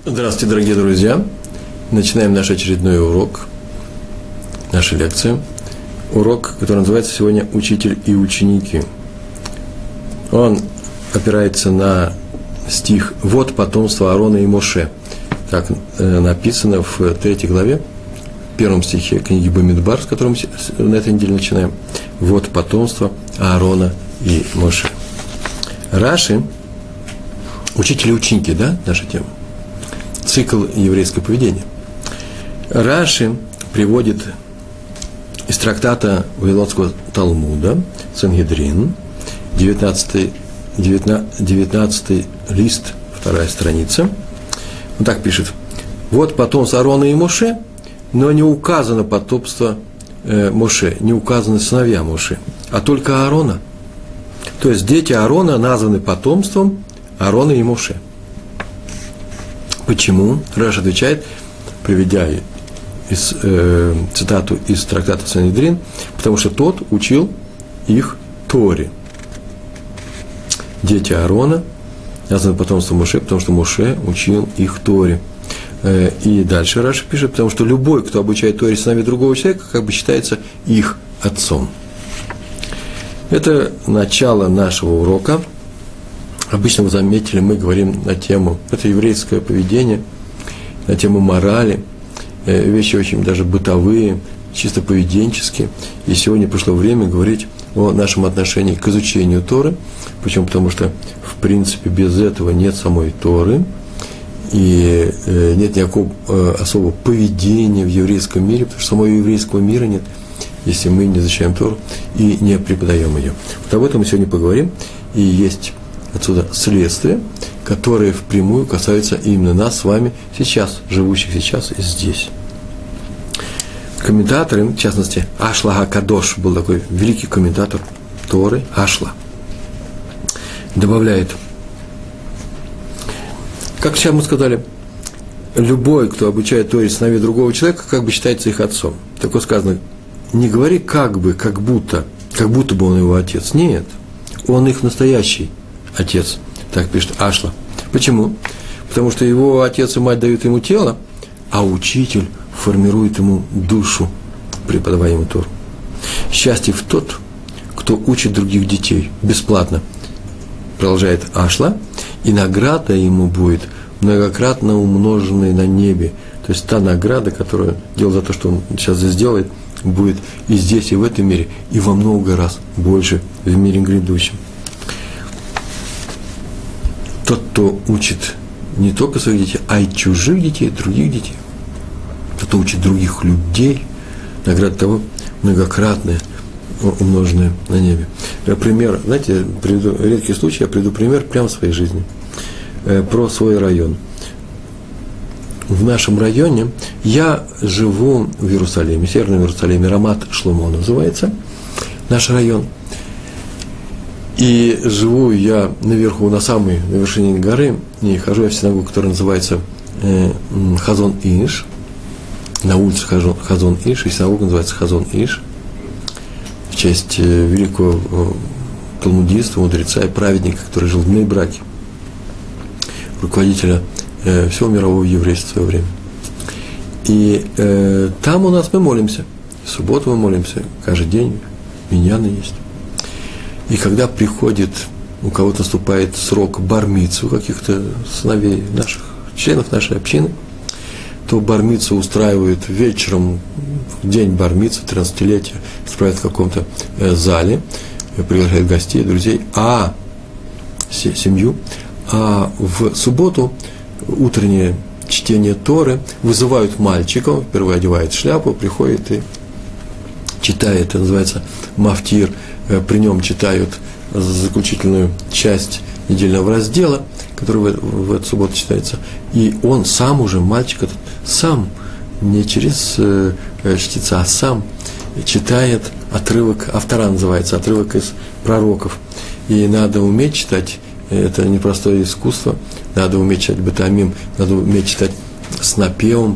Здравствуйте, дорогие друзья! Начинаем наш очередной урок, нашу лекцию. Урок, который называется сегодня «Учитель и ученики». Он опирается на стих «Вот потомство Аарона и Моше». Так написано в 3 главе, 1 стихе книги Бамидбар, с которым мы на этой неделе начинаем. «Вот потомство Аарона и Моше». Раши, учитель и ученики, да, наша тема? Цикл еврейского поведения. Раши приводит из трактата Вавилонского Талмуда, Сангедрин, 19 лист, 2 страница. Он так пишет. Вот потомство Аарона и Моше, но не указано потомство Моше, не указаны сыновья Моше, а только Аарона. То есть дети Аарона названы потомством Аарона и Моше. Почему? Раш отвечает, приведя цитату из трактата Сангедрин, потому что тот учил их Торе. Дети Аарона названы потомством Моше, потому что Моше учил их Торе. И дальше Раш пишет, потому что любой, кто обучает Торе сыновей другого человека, как бы считается их отцом. Это начало нашего урока. Обычно, вы заметили, мы говорим на тему, это еврейское поведение, на тему морали, вещи очень даже бытовые, чисто поведенческие. И сегодня пришло время говорить о нашем отношении к изучению Торы. Почему? Потому что, в принципе, без этого нет самой Торы, и нет никакого особого поведения в еврейском мире, потому что самого еврейского мира нет, если мы не изучаем Тору и не преподаем ее. Вот об этом мы сегодня поговорим, и есть отсюда следствие, которое впрямую касается именно нас с вами сейчас, живущих сейчас и здесь. Комментаторы, в частности, Ашла ха-Кадош, был такой великий комментатор Торы, Ашла, добавляет, как сейчас мы сказали, любой, кто обучает Торе сыновей другого человека, как бы считается их отцом. Так вот сказано, не говори как бы, как будто бы он его отец. Нет, он их настоящий отец, так пишет Ашла. Почему? Потому что его отец и мать дают ему тело, а учитель формирует ему душу, преподавая ему Тору. Счастлив тот, кто учит других детей бесплатно, продолжает Ашла, и награда ему будет многократно умноженная на небе. То есть та награда, которую делал за то, что он сейчас здесь делает, будет и здесь, и в этом мире, и во много раз больше в мире грядущем. Тот, кто учит не только своих детей, а и чужих детей, других детей, тот, кто учит других людей, награда того многократная, умноженная на небе. Пример, знаете, приведу редкий случай, я приведу пример прямо в своей жизни, про свой район. В нашем районе, я живу в Иерусалиме, Северном Иерусалиме, Рамат Шломо называется наш район. И живу я наверху, на вершине горы, и хожу я в синагогу, которая называется Хазон Иш, на улице Хазон Иш, и синагога называется Хазон Иш, в честь великого талмудиста, мудреца и праведника, который жил в Бней-Браке, руководителя всего мирового еврейства в свое время. И там у нас мы молимся, в субботу мы молимся, каждый день, миньяны есть. И когда приходит, у кого-то наступает срок бар-мицвы, каких-то сыновей наших, членов нашей общины, то бар-мицву устраивают вечером, в день бар-мицвы, 13-летия, устраивают в каком-то зале, приглашают гостей, друзей, семью, а в субботу утреннее чтение Торы вызывают мальчиков, впервые одевает шляпу, приходит и читает, это называется мафтир, при нем читают заключительную часть недельного раздела, который в эту субботу читается, и он сам уже, мальчик этот, сам, не через чтеца, а сам читает отрывок, автора называется, отрывок из пророков. И надо уметь читать, это непростое искусство, надо уметь читать бетамим, надо уметь читать с напевом,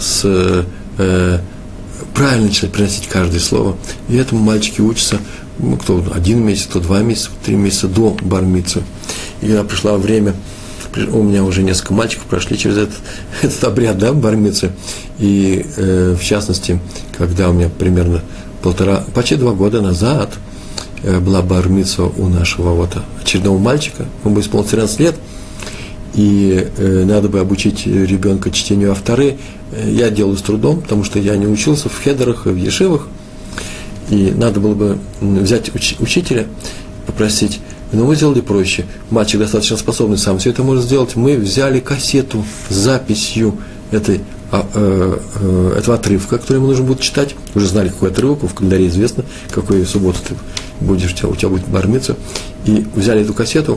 правильно читать, приносить каждое слово. И этому мальчики учатся кто 1 месяц, кто 2 месяца, 3 месяца до бар-мицвы. И когда пришло время у меня уже несколько мальчиков прошли через этот обряд, да, бар-мицвы. И, в частности, когда у меня примерно почти 2 года назад была бар-мицва у нашего вот очередного мальчика, ему было исполнилось 13 лет, и надо бы обучить ребенка чтению авторы. Я делаю с трудом, потому что я не учился в хедерах, в ешивах, и надо было бы взять учителя, попросить. Но мы сделали проще. Мальчик достаточно способный сам все это может сделать. Мы взяли кассету с записью этого отрывка, который ему нужно будет читать. Уже знали, какой отрывок, в календаре известно, какой субботу ты будешь, у тебя будет бар-мицва. И взяли эту кассету,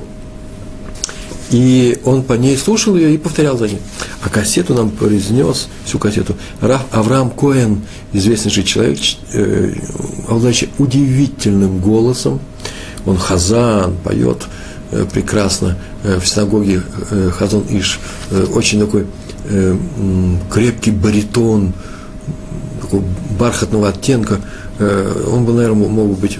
и он по ней слушал ее и повторял за ней. А кассету нам произнес, всю кассету, Рав Авраам Коэн, известнейший человек, обладающий удивительным голосом. Он хазан, поет прекрасно в синагоге Хазон Иш, очень такой крепкий баритон, такого бархатного оттенка. Он бы, наверное, мог быть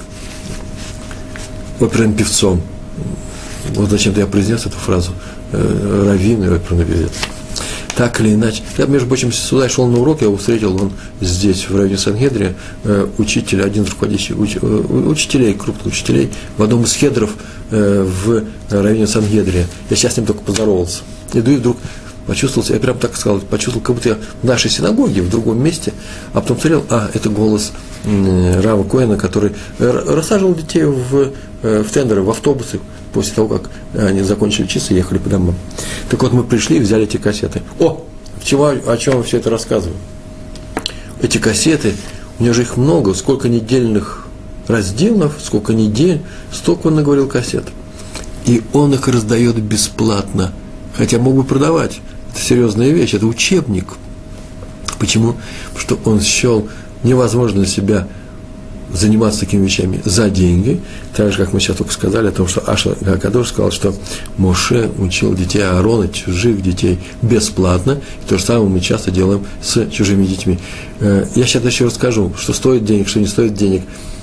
оперным певцом. Вот зачем-то я произнес эту фразу. Раввин и оперный певец. Так или иначе. Я, между прочим, сюда шел на урок, я его встретил, он здесь, в районе Сангедрия, учитель, один из руководящих учителей, крупных учителей, в одном из хедров в районе Сангедрия. Я сейчас с ним только поздоровался. Иду и вдруг почувствовал, я прям так сказал, почувствовал, как будто я в нашей синагоге, в другом месте, а потом смотрел, это голос Рава Коэна, который рассаживал детей в тендеры, в автобусы, после того, как они закончили часы и ехали по домам. Так вот, мы пришли и взяли эти кассеты. О чем я все это рассказываю? Эти кассеты, у него же их много, сколько недельных разделов, сколько недель, столько он наговорил кассет. И он их раздает бесплатно, хотя мог бы продавать. Это серьезная вещь, это учебник. Почему? Потому что он счел невозможно для себя заниматься такими вещами за деньги, так же, как мы сейчас только сказали о том, что Аша Гакадош сказал, что Моше учил детей Аарона, чужих детей, бесплатно, и то же самое мы часто делаем с чужими детьми. Я сейчас еще расскажу, что стоит денег, что не стоит денег.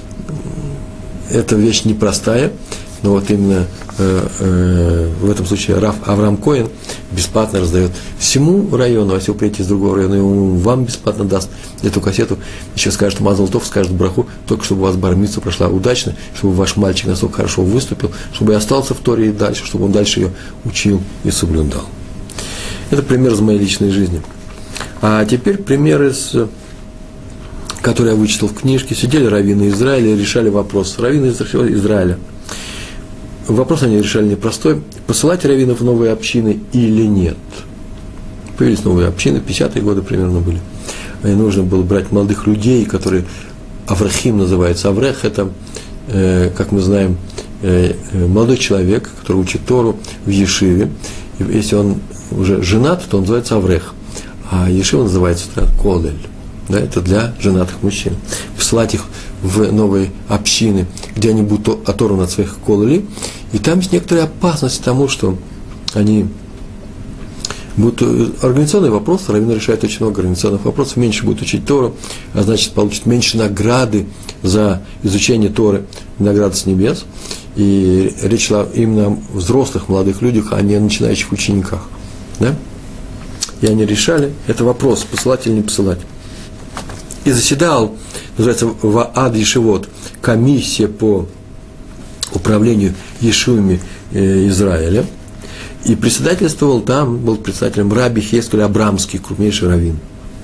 Эта вещь непростая, но вот именно в этом случае Рав Авраам Коэн бесплатно раздает всему району, а если вы приедете из другого района, и он вам бесплатно даст эту кассету, еще скажет Мазал Тов, скажет браху, только чтобы у вас бар-мицва прошла удачно, чтобы ваш мальчик настолько хорошо выступил, чтобы и остался в Торе и дальше, чтобы он дальше ее учил и соблюдал. Это пример из моей личной жизни. А теперь пример который я вычитал в книжке. Сидели раввины Израиля и решали вопрос. Раввины Израиля. Вопрос они решали непростой. Посылать раввинов в новые общины или нет? Появились новые общины, 50-е годы примерно были. И нужно было брать молодых людей, которые Аврахим называется. Аврех – это, как мы знаем, молодой человек, который учит Тору в Ешиве. И если он уже женат, то он называется Аврех. А Ешива называется Колель. Да, это для женатых мужчин. Посылать их в новые общины, где они будут оторваны от своих кололей. И там есть некоторая опасность к тому, что они будут организационные вопросы, раввины решают очень много организационных вопросов, меньше будут учить Тору, а значит, получат меньше награды за изучение Торы, награды с небес. И речь шла именно о взрослых молодых людях, а не о начинающих учениках. Да? И они решали, это вопрос, посылать или не посылать. И заседал, называется, Ваад Ешивот, комиссия по управлению ешивами Израиля. И председательствовал там, был председателем Раби Хескель Абрамский, крупнейший раввин.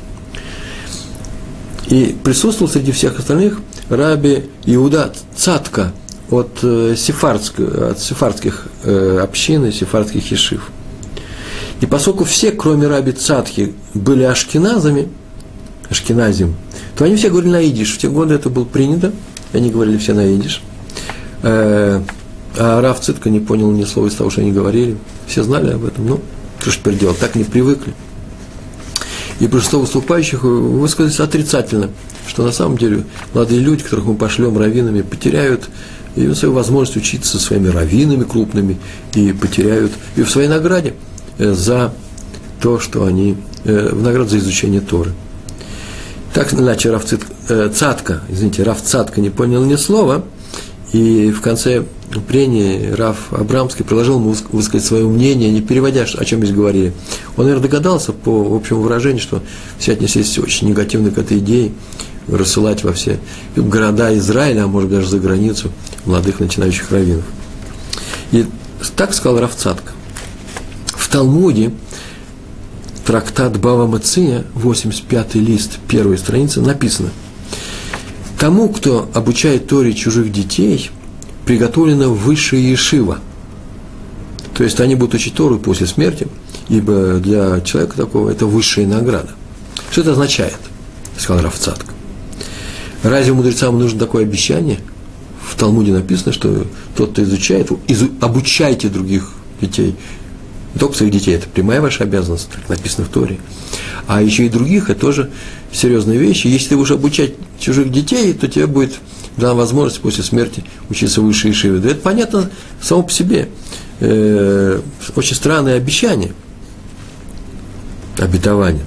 И присутствовал среди всех остальных Раби Иуда Цатка от сефардских общин, сефардских ешив. И поскольку все, кроме Раби Цатки, были ашкеназим, то они все говорили на идиш. В те годы это было принято, они говорили все на идиш. А Рав Цитка не понял ни слова из того, что они говорили. Все знали об этом, ну, что ж теперь делать, так не привыкли. И большинство выступающих высказались отрицательно, что на самом деле молодые люди, которых мы пошлем раввинами, потеряют и свою возможность учиться со своими раввинами крупными, и потеряют и в своей награде за то, что они, в награду за изучение Торы. Так иначе Рав Цатка не понял ни слова, и в конце прении Рав Абрамский предложил ему высказать свое мнение, не переводя, о чем здесь говорили. Он, наверное, догадался по общему выражению, что все отнеслись очень негативно к этой идее, рассылать во все города Израиля, а может даже за границу, молодых начинающих раввинов. И так сказал Рав Цатка. В Талмуде, трактат Бава Меция, 85-й лист, 1-я страница, написано: «Тому, кто обучает Торе чужих детей, приготовлена высшая ешива». То есть они будут учить Тору после смерти, ибо для человека такого это высшая награда. Что это означает? Сказал Рав Цатка. Разве мудрецам нужно такое обещание? В Талмуде написано, что тот, кто изучает, обучайте других детей. Не только своих детей, это прямая ваша обязанность, так написано в Торе. А еще и других, это тоже серьезные вещи. Если ты будешь обучать чужих детей, то тебе будет дана возможность после смерти учиться в высшей ешиве. Да это понятно само по себе. Очень странное обещание, обетование.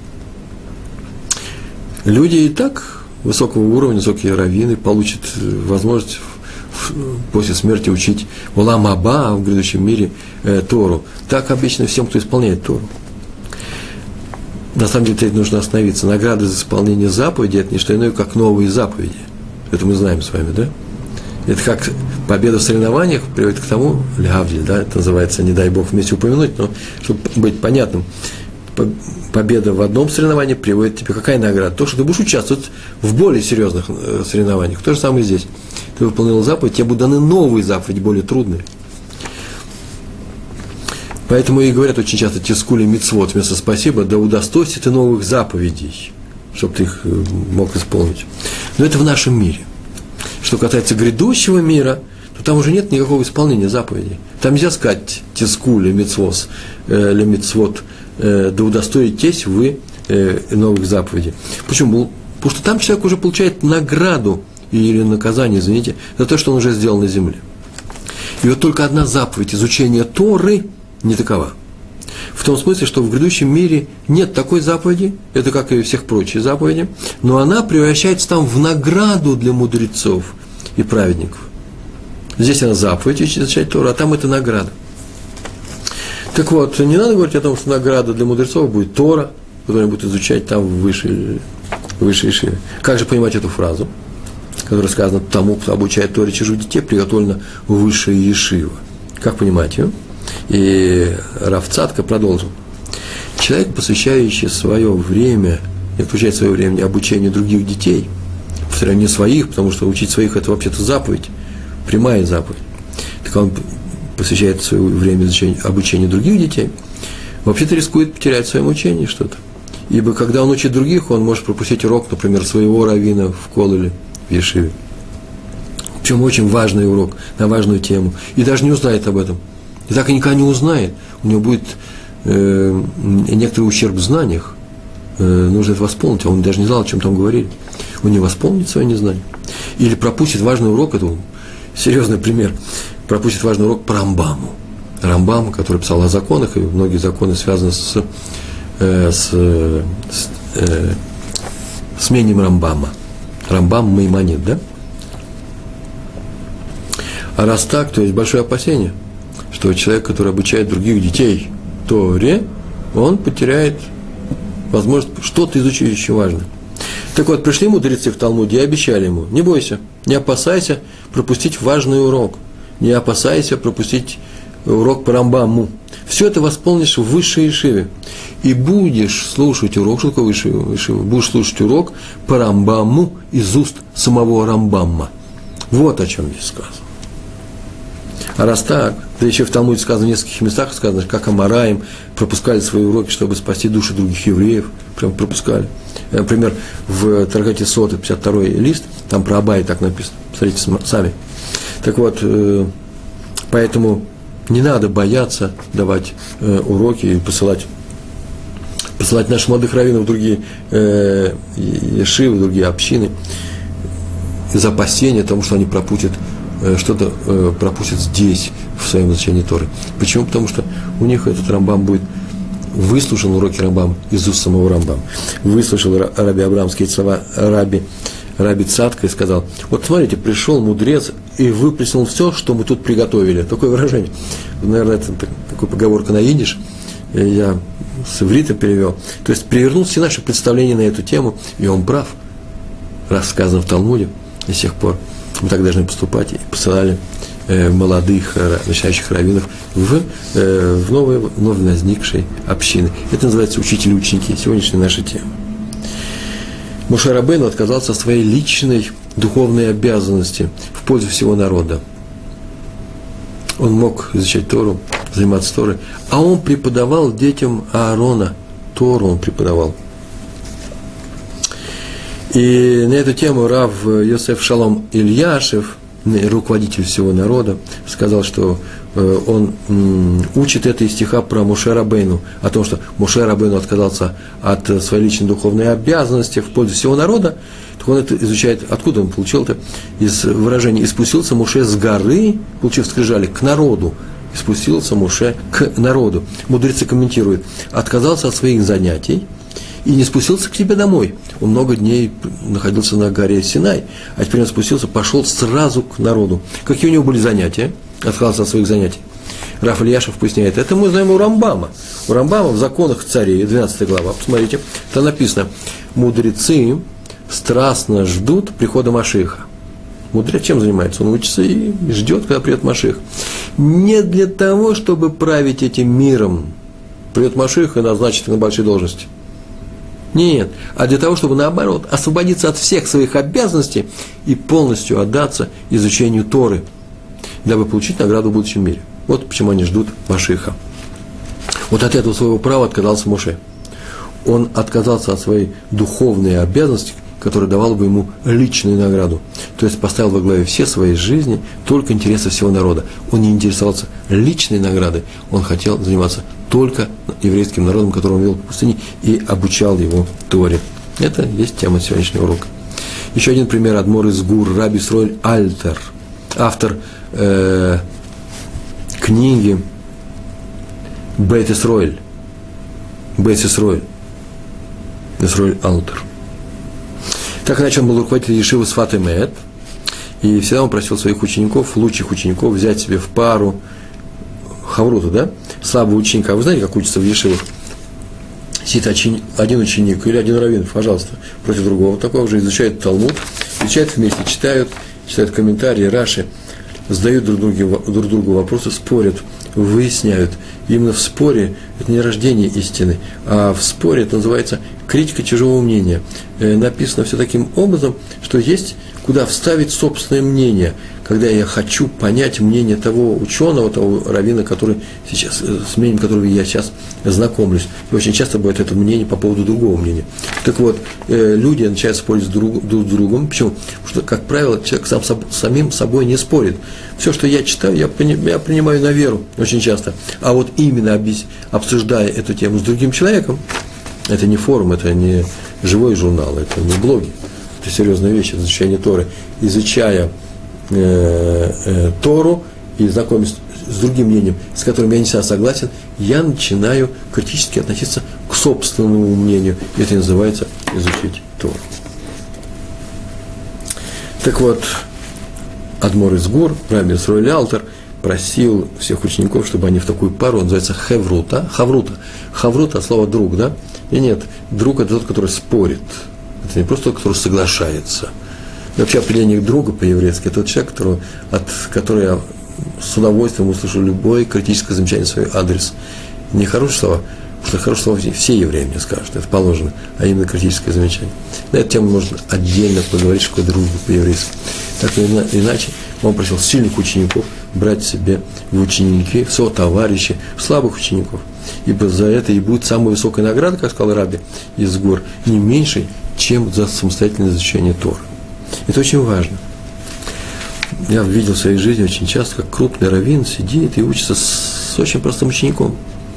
Люди и так высокого уровня, высокие раввины получат возможность после смерти учить улам аба в грядущем мире Тору. Так обычно всем, кто исполняет Тору. На самом деле, это нужно остановиться. Награды за исполнение заповедей – это не что иное, как новые заповеди. Это мы знаем с вами, да? Это как победа в соревнованиях приводит к тому, лявдиль, да, это называется, не дай Бог вместе упомянуть, но чтобы быть понятным, победа в одном соревновании приводит тебе какая награда? То, что ты будешь участвовать в более серьезных соревнованиях. То же самое здесь. Ты выполнил заповедь, тебе будут даны новые заповеди, более трудные. Поэтому и говорят очень часто тискули мицвот вместо спасибо, да удостойся ты новых заповедей, чтобы ты их мог исполнить. Но это в нашем мире. Что касается грядущего мира, то там уже нет никакого исполнения заповедей. Там нельзя сказать тискули мицвот, или мицвот, да удостоитесь вы новых заповедей. Почему? Потому что там человек уже получает награду или наказание, извините, за то, что он уже сделал на земле. И вот только одна заповедь изучения Торы не такова. В том смысле, что в грядущем мире нет такой заповеди, это как и всех прочих заповедей, но она превращается там в награду для мудрецов и праведников. Здесь она заповедь изучать Тору, а там это награда. Так вот, не надо говорить о том, что награда для мудрецов будет Тора, которую будут изучать там в высшей ешиве. Как же понимать эту фразу, которая сказана: тому, кто обучает Торе чужих детей, приготовлена высшая ешива. Как понимать ее? И Рав Цатка продолжил. Человек, посвящающий свое время, не посвящает свое время обучению других детей, повторяю, не своих, потому что учить своих – это вообще-то заповедь, прямая заповедь. Так он посвящает свое время обучению других детей, вообще-то рискует потерять в своем учении что-то. Ибо когда он учит других, он может пропустить урок, например, своего раввина в колеле, в ешиве. Причем очень важный урок, на важную тему. И даже не узнает об этом. И так и никогда не узнает. У него будет некоторый ущерб в знаниях. Нужно это восполнить, а он даже не знал, о чем там говорили. Он не восполнит свое незнание. Или пропустит важный урок, это серьезный пример, пропустит важный урок по Рамбаму. Рамбам, который писал о законах, и многие законы связаны с мнением Рамбама. Рамбам Маймонид, да? А раз так, то есть большое опасение, что человек, который обучает других детей Торе, он потеряет возможность что-то изучить очень важное. Так вот, пришли мудрецы в Талмуде и обещали ему: не бойся, не опасайся пропустить важный урок, не опасайся пропустить урок по Рамбаму. Все это восполнишь в высшей ешиве. И будешь слушать урок, что такое высшая ешива? Будешь слушать урок по Рамбаму из уст самого Рамбама. Вот о чем здесь сказано. А раз так, да еще в Талмуде сказано, в нескольких местах сказано, как Амараим пропускали свои уроки, чтобы спасти души других евреев, прям пропускали. Например, в Трактате Соты, 52-й лист, там про Абай так написано, посмотрите сами. Так вот, поэтому не надо бояться давать уроки и посылать наших молодых раввинов в другие ешивы, в другие общины из опасения того, что они пропустят что-то пропустят здесь, в своем изучении Торы. Почему? Потому что у них этот Рамбам будет выслушан, уроки Рамбам из уст самого Рамбама. Выслушал Раби Абрамский слова Раби Раби Цатка и сказал: вот смотрите, пришел мудрец и выплеснул все, что мы тут приготовили. Такое выражение. Наверное, это такая поговорка на идиш. Я с иврита перевел. То есть перевернул все наши представления на эту тему, и он прав. Раз сказано в Талмуде, и с тех пор мы так должны поступать, и посылали молодых начинающих раввинов в новые возникшие общины. Это называется учитель и ученики, сегодняшняя наша тема. Моше Рабейну отказался от своей личной духовной обязанности в пользу всего народа. Он мог изучать Тору, заниматься Торой, а он преподавал детям Аарона. Тору он преподавал. И на эту тему рав Йосеф Шалом Ильяшев, руководитель всего народа, сказал, что он учит это из стиха про Моше Рабейну, о том, что Моше Рабейну отказался от своей личной духовной обязанности в пользу всего народа. Так он это изучает, откуда он получил это, из выражения: «И спустился Моше с горы, получив скрижали, к народу». И спустился Моше к народу. Мудрецы комментируют: отказался от своих занятий и не спустился к себе домой. Он много дней находился на горе Синай, а теперь он спустился, пошел сразу к народу. Какие у него были занятия? Отказался от своих занятий. Рав Ильяшев поясняет: это мы знаем у Рамбама. У Рамбама в законах царей, 12 глава, посмотрите, там написано: мудрецы страстно ждут прихода Машиаха. Мудрец чем занимается? Он учится и ждет, когда придет Машиах. Не для того, чтобы править этим миром. Придет Машиах и назначит на большие должности. Нет, а для того, чтобы, наоборот, освободиться от всех своих обязанностей и полностью отдаться изучению Торы, дабы получить награду в будущем мире. Вот почему они ждут Машиаха. Вот от этого своего права отказался Моше. Он отказался от своей духовной обязанности, которая давала бы ему личную награду. То есть поставил во главе всей своей жизни только интересы всего народа. Он не интересовался личной наградой, он хотел заниматься только еврейским народом, которого он вел по пустыне и обучал его Торе. Это есть тема сегодняшнего урока. Еще один пример: Адмор из Гур, Раби Исроэль Альтер, автор книги Бейт Исроэль. Исроэль Альтер. Так иначе он был руководителем ешивы Сфат Эмет, и всегда он просил своих учеников, лучших учеников, взять себе в пару хаврута, да, слабого ученика. Вы знаете, как учатся в ешивах? Сидит один ученик или один раввин, пожалуйста, против другого такого же, изучают Талмуд, изучают вместе, читают комментарии, раши, задают друг другу вопросы, спорят, выясняют. Именно в споре это не рождение истины, а в споре это называется критика чужого мнения. Написано все таким образом, что есть куда вставить собственное мнение, когда я хочу понять мнение того ученого, того раввина, который сейчас, с мнением которого я сейчас знакомлюсь. И очень часто бывает это мнение по поводу другого мнения. Так вот, люди начинают спорить друг с другом. Почему? Потому что, как правило, человек самим собой не спорит. Все, что я читаю, я принимаю на веру очень часто. А вот именно обсуждая эту тему с другим человеком, это не форум, это не живой журнал, это не блоги. Это серьезная вещь, это изучение Торы. Изучая Тору и знакомясь с другим мнением, с которым я не всегда согласен, я начинаю критически относиться к собственному мнению. И это называется изучить Тору. Так вот, Адмор из Гур, Раби Исроэль Альтер, просил всех учеников, чтобы они в такую пару, он называется хаврута. Хаврута от слова друг, да? И нет, друг – это тот, который спорит. Это не просто тот, который соглашается. И вообще определение друга по-еврейски – это тот человек, который я с удовольствием услышу любое критическое замечание в свой адрес. Не хорошие слова, потому что хорошие слова все евреи мне скажут, это положено, а именно критическое замечание. На эту тему можно отдельно поговорить, что такое дружба по-еврейски. Так или иначе, он просил сильных учеников брать себе в ученики, в сотоварищи, слабых учеников. Ибо за это и будет самая высокая награда, как сказал Раби из Гор, не меньшей, чем за самостоятельное изучение Торы. Это очень важно. Я видел в своей жизни очень часто, как крупный раввин сидит и учится с очень простым учеником,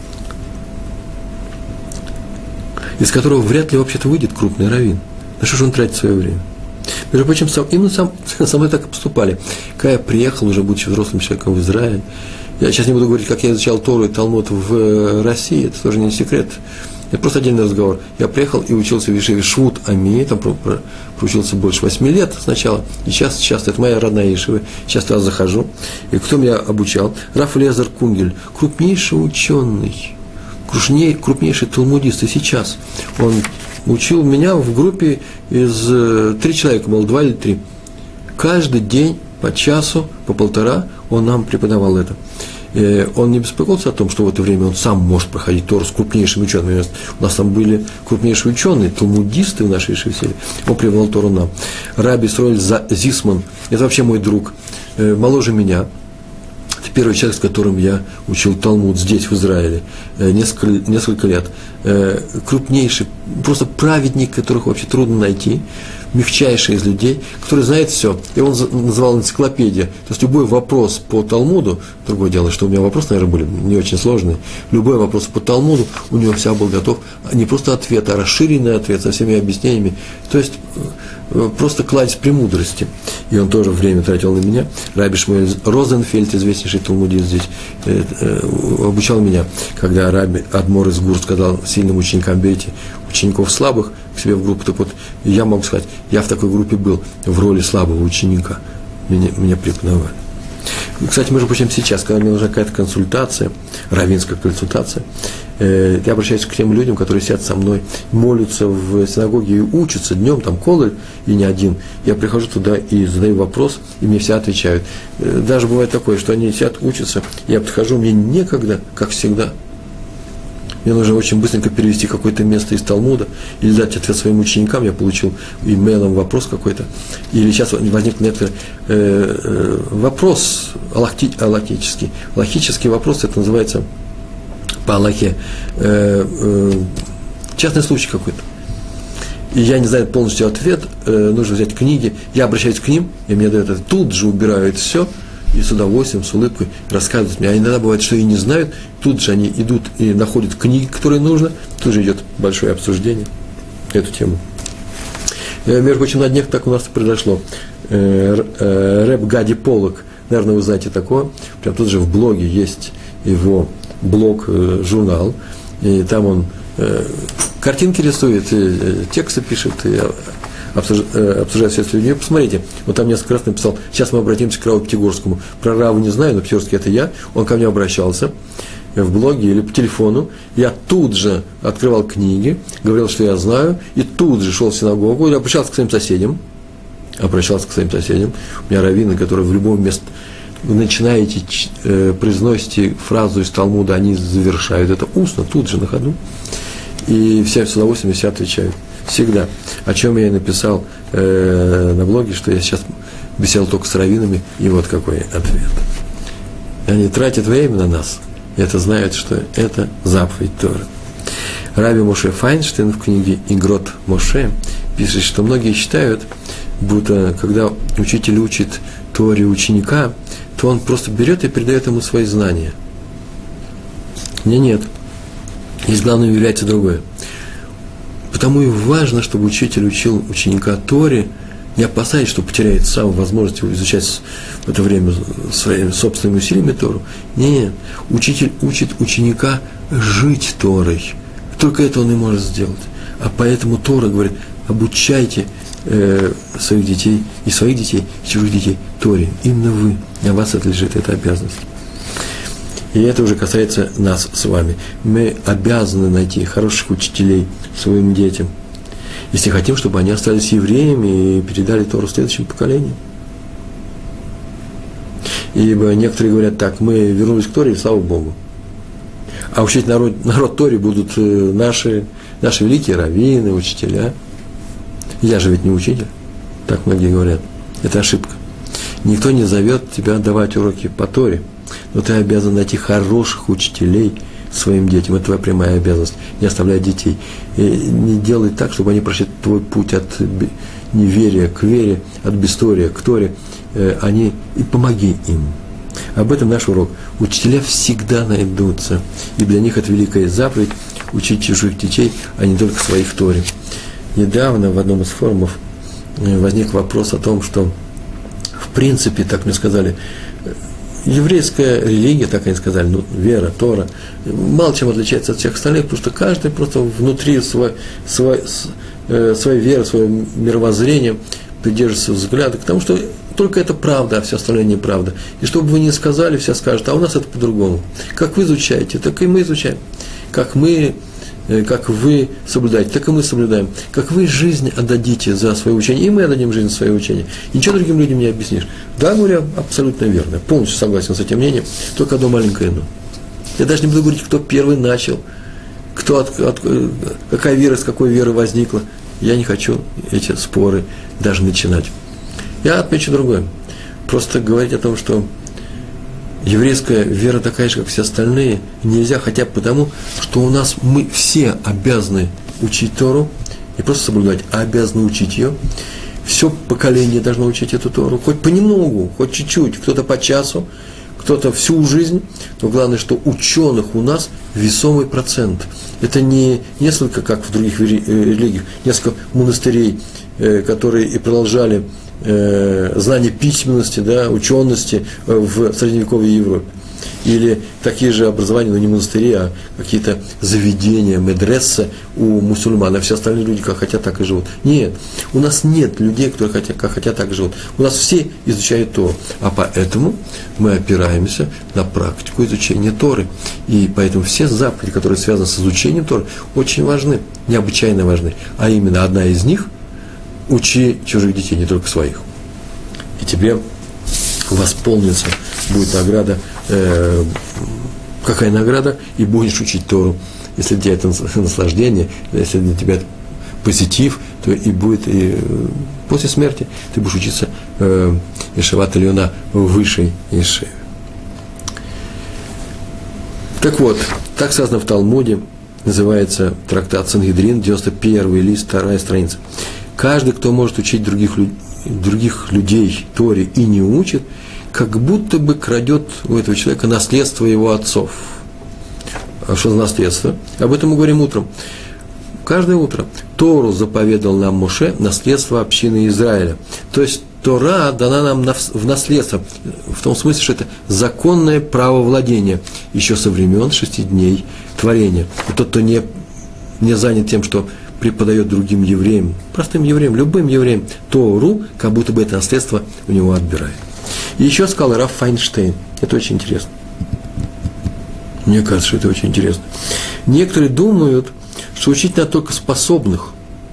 из которого вряд ли вообще-то выйдет крупный раввин. На что же он тратит свое время? Между прочим, именно со мной так и поступали. Когда я приехал, уже будучи взрослым человеком в Израиль, я сейчас не буду говорить, как я изучал Тору и Талмуд в России, это тоже не секрет. Это просто отдельный разговор. Я приехал и учился в Ешиве Швут Ами, там проучился больше 8 лет сначала, и сейчас это моя родная Ешива, сейчас туда захожу. И кто меня обучал? Раф Элиэзер Кунгель, крупнейший ученый, крупнейший талмудист, и сейчас он учил меня в группе из 3 человека, было 2 или 3. Каждый день по часу, по полтора он нам преподавал это. Он не беспокоился о том, что в это время он сам может проходить Тору с крупнейшими учеными. У нас там были крупнейшие ученые, талмудисты в нашей Ешиве. Он привел Тору нам. Раби Исроэль Зисман, это вообще мой друг, моложе меня. Это первый человек, с которым я учил Талмуд здесь, в Израиле, несколько лет. Крупнейший, просто праведник, которых вообще трудно найти, мягчайший из людей, который знает все. И он называл энциклопедия. То есть любой вопрос по Талмуду, другое дело, что у меня вопросы, наверное, были не очень сложные, любой вопрос по Талмуду, у него всегда был готов, не просто ответ, а расширенный ответ со всеми объяснениями. То есть просто кладезь премудрости. И он тоже время тратил на меня. Раби Шмуэль Розенфельд, известнейший талмудист здесь, обучал меня, когда раби Адмор из Гур сказал сильным ученикам: берите учеников слабых к себе в группу. Так вот, я могу сказать, я в такой группе был в роли слабого ученика. Меня преподавали. Кстати, между прочим, сейчас, когда мне нужна какая-то консультация, раввинская консультация, я обращаюсь к тем людям, которые сидят со мной, молятся в синагоге и учатся днем, там кололь, и не один. Я прихожу туда и задаю вопрос, и мне все отвечают. Даже бывает такое, что они сидят, учатся, я подхожу, мне некогда, как всегда. Мне нужно очень быстренько перевести какое-то место из Талмуда или дать ответ своим ученикам. Я получил имейлом вопрос какой-то. Или сейчас возник некоторый вопрос алахический. Алахический вопрос, это называется по Аллахе частный случай какой-то. И я не знаю полностью ответ, нужно взять книги. Я обращаюсь к ним, и мне дают это, тут же убирают все. И с удовольствием, с улыбкой рассказывают мне. А иногда бывает, что и не знают, тут же они идут и находят книги, которые нужно, тут же идет большое обсуждение эту тему. Между прочим, на днях так у нас произошло. Рэб Гади Полок, наверное, вы знаете такое, прям тут же в блоге есть его блог, журнал, и там он картинки рисует, тексты пишет, и обсуждать все с людьми. Посмотрите, вот там несколько раз написал: сейчас мы обратимся к Раву Пятигорскому. Про Раву не знаю, но Пятигорский это я. Он ко мне обращался в блоге или по телефону. Я тут же открывал книги, говорил, что я знаю, и тут же шел в синагогу, или обращался к своим соседям. У меня раввины, которые в любом месте начинаете, произносите фразу из Талмуда, они завершают это устно, тут же на ходу. И все с удовольствием все отвечают. Всегда. О чем я и написал на блоге, что я сейчас беседовал только с раввинами, и вот какой ответ. Они тратят время на нас, и это знают, что это заповедь Торы. Раби Моше Файнштейн в книге «Игрот Моше» пишет, что многие считают, будто когда учитель учит Торе ученика, то он просто берет и передает ему свои знания. Нет. Здесь главным является другое. Потому и важно, чтобы учитель учил ученика Торе, не опасаясь, что потеряет сам возможность изучать в это время своими собственными усилиями Тору. Нет, учитель учит ученика жить Торой. Только это он и может сделать. А поэтому Тора говорит: обучайте своих детей, и чужих детей Торе. Именно вы, на вас это лежит эта обязанность. И это уже касается нас с вами. Мы обязаны найти хороших учителей своим детям, если хотим, чтобы они остались евреями и передали Тору следующим поколениям. Ибо некоторые говорят так: мы вернулись к Торе, и слава Богу. А учить народ Торе будут наши великие раввины, учителя. Я же ведь не учитель, так многие говорят. Это ошибка. Никто не зовет тебя давать уроки по Торе. Но ты обязан найти хороших учителей своим детям. Это твоя прямая обязанность. Не оставлять детей. И не делай так, чтобы они прошли твой путь от неверия к вере, от бестория к Торе. И помоги им. Об этом наш урок. Учителя всегда найдутся. И для них это великая заповедь – учить чужих детей, а не только своих Торе. Недавно в одном из форумов возник вопрос о том, что в принципе, так мне сказали, еврейская религия, так они сказали, ну, вера, Тора, мало чем отличается от всех остальных, потому что каждый просто внутри своей веры, своего мировоззрения придерживается взгляда к тому, что только это правда, а все остальное неправда. И что бы вы ни сказали, все скажут, а у нас это по-другому. Как вы изучаете, так и мы изучаем. Как вы соблюдаете, так и мы соблюдаем. Как вы жизнь отдадите за свое учение, и мы отдадим жизнь за свое учение. И ничего другим людям не объяснишь. Да, говорю, абсолютно верно. Полностью согласен с этим мнением. Только одно маленькое «но». Я даже не буду говорить, кто первый начал, какая вера, с какой веры возникла. Я не хочу эти споры даже начинать. Я отмечу другое. Просто говорить о том, что еврейская вера такая же, как все остальные, нельзя, хотя бы потому, что у нас мы все обязаны учить Тору, не просто соблюдать, а обязаны учить ее. Все поколение должно учить эту Тору, хоть понемногу, хоть чуть-чуть, кто-то по часу, кто-то всю жизнь, но главное, что ученых у нас весомый процент. Это не несколько, как в других религиях, несколько монастырей, которые и продолжали знание письменности, да, учености в средневековой Европе. Или такие же образования, но не монастыри, а какие-то заведения, медрессы у мусульман, а все остальные люди как хотят, так и живут. Нет, у нас нет людей, которые как хотят, так и живут. У нас все изучают Тору, а поэтому мы опираемся на практику изучения Торы. И поэтому все заповеди, которые связаны с изучением Торы, очень важны, необычайно важны. А именно одна из них – учи чужих детей, не только своих. И тебе восполнится, будет награда, какая награда, и будешь учить Тору. Если для тебя это наслаждение, если для тебя это позитив, то и будет, и после смерти ты будешь учиться Ешиват Эльона в высшей Ешиве. Так вот, так сказано в Талмуде, называется трактат Сангедрин, 91 лист, 2 страница. Каждый, кто может учить других людей Торе и не учит, как будто бы крадет у этого человека наследство его отцов. А что за наследство? Об этом мы говорим утром. Каждое утро Тору заповедал нам Моше, наследство общины Израиля. То есть Тора дана нам в наследство, в том смысле, что это законное право владения еще со времен 6 дней творения. И тот, кто не занят тем, что преподает другим евреям, простым евреям, любым евреям, Тору, как будто бы это наследство у него отбирает. И еще сказал Рав Файнштейн, это очень интересно. Мне кажется, что это очень интересно. Некоторые думают, что учить надо только способных,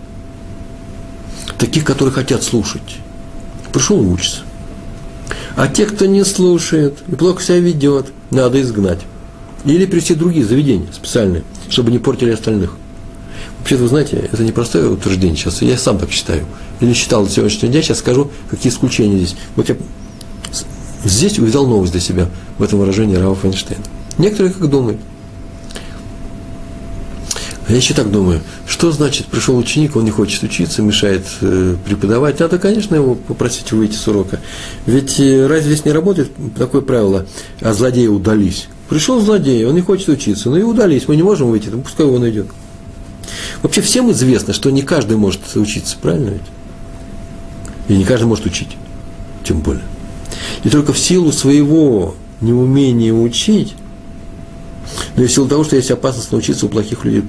таких, которые хотят слушать. Пришел и учится. А те, кто не слушает и плохо себя ведет, надо изгнать. Или привести другие заведения специальные, чтобы не портили остальных. Вообще-то, вы знаете, это непростое утверждение сейчас, я сам так считаю. Я не считал до сегодняшнего дня, сейчас скажу, какие исключения здесь. Вот я здесь увидел новость для себя в этом выражении Рава Файнштейна. Некоторые как думают. А я еще так думаю, что значит, пришел ученик, он не хочет учиться, мешает преподавать. Надо, конечно, его попросить выйти с урока. Ведь разве здесь не работает такое правило, а злодеи удались? Пришел злодей, он не хочет учиться, ну и удались, мы не можем выйти, ну пускай он идет. Вообще всем известно, что не каждый может учиться, правильно ведь? И не каждый может учить, тем более. И только в силу своего неумения учить, но и в силу того, что есть опасность научиться у плохих людей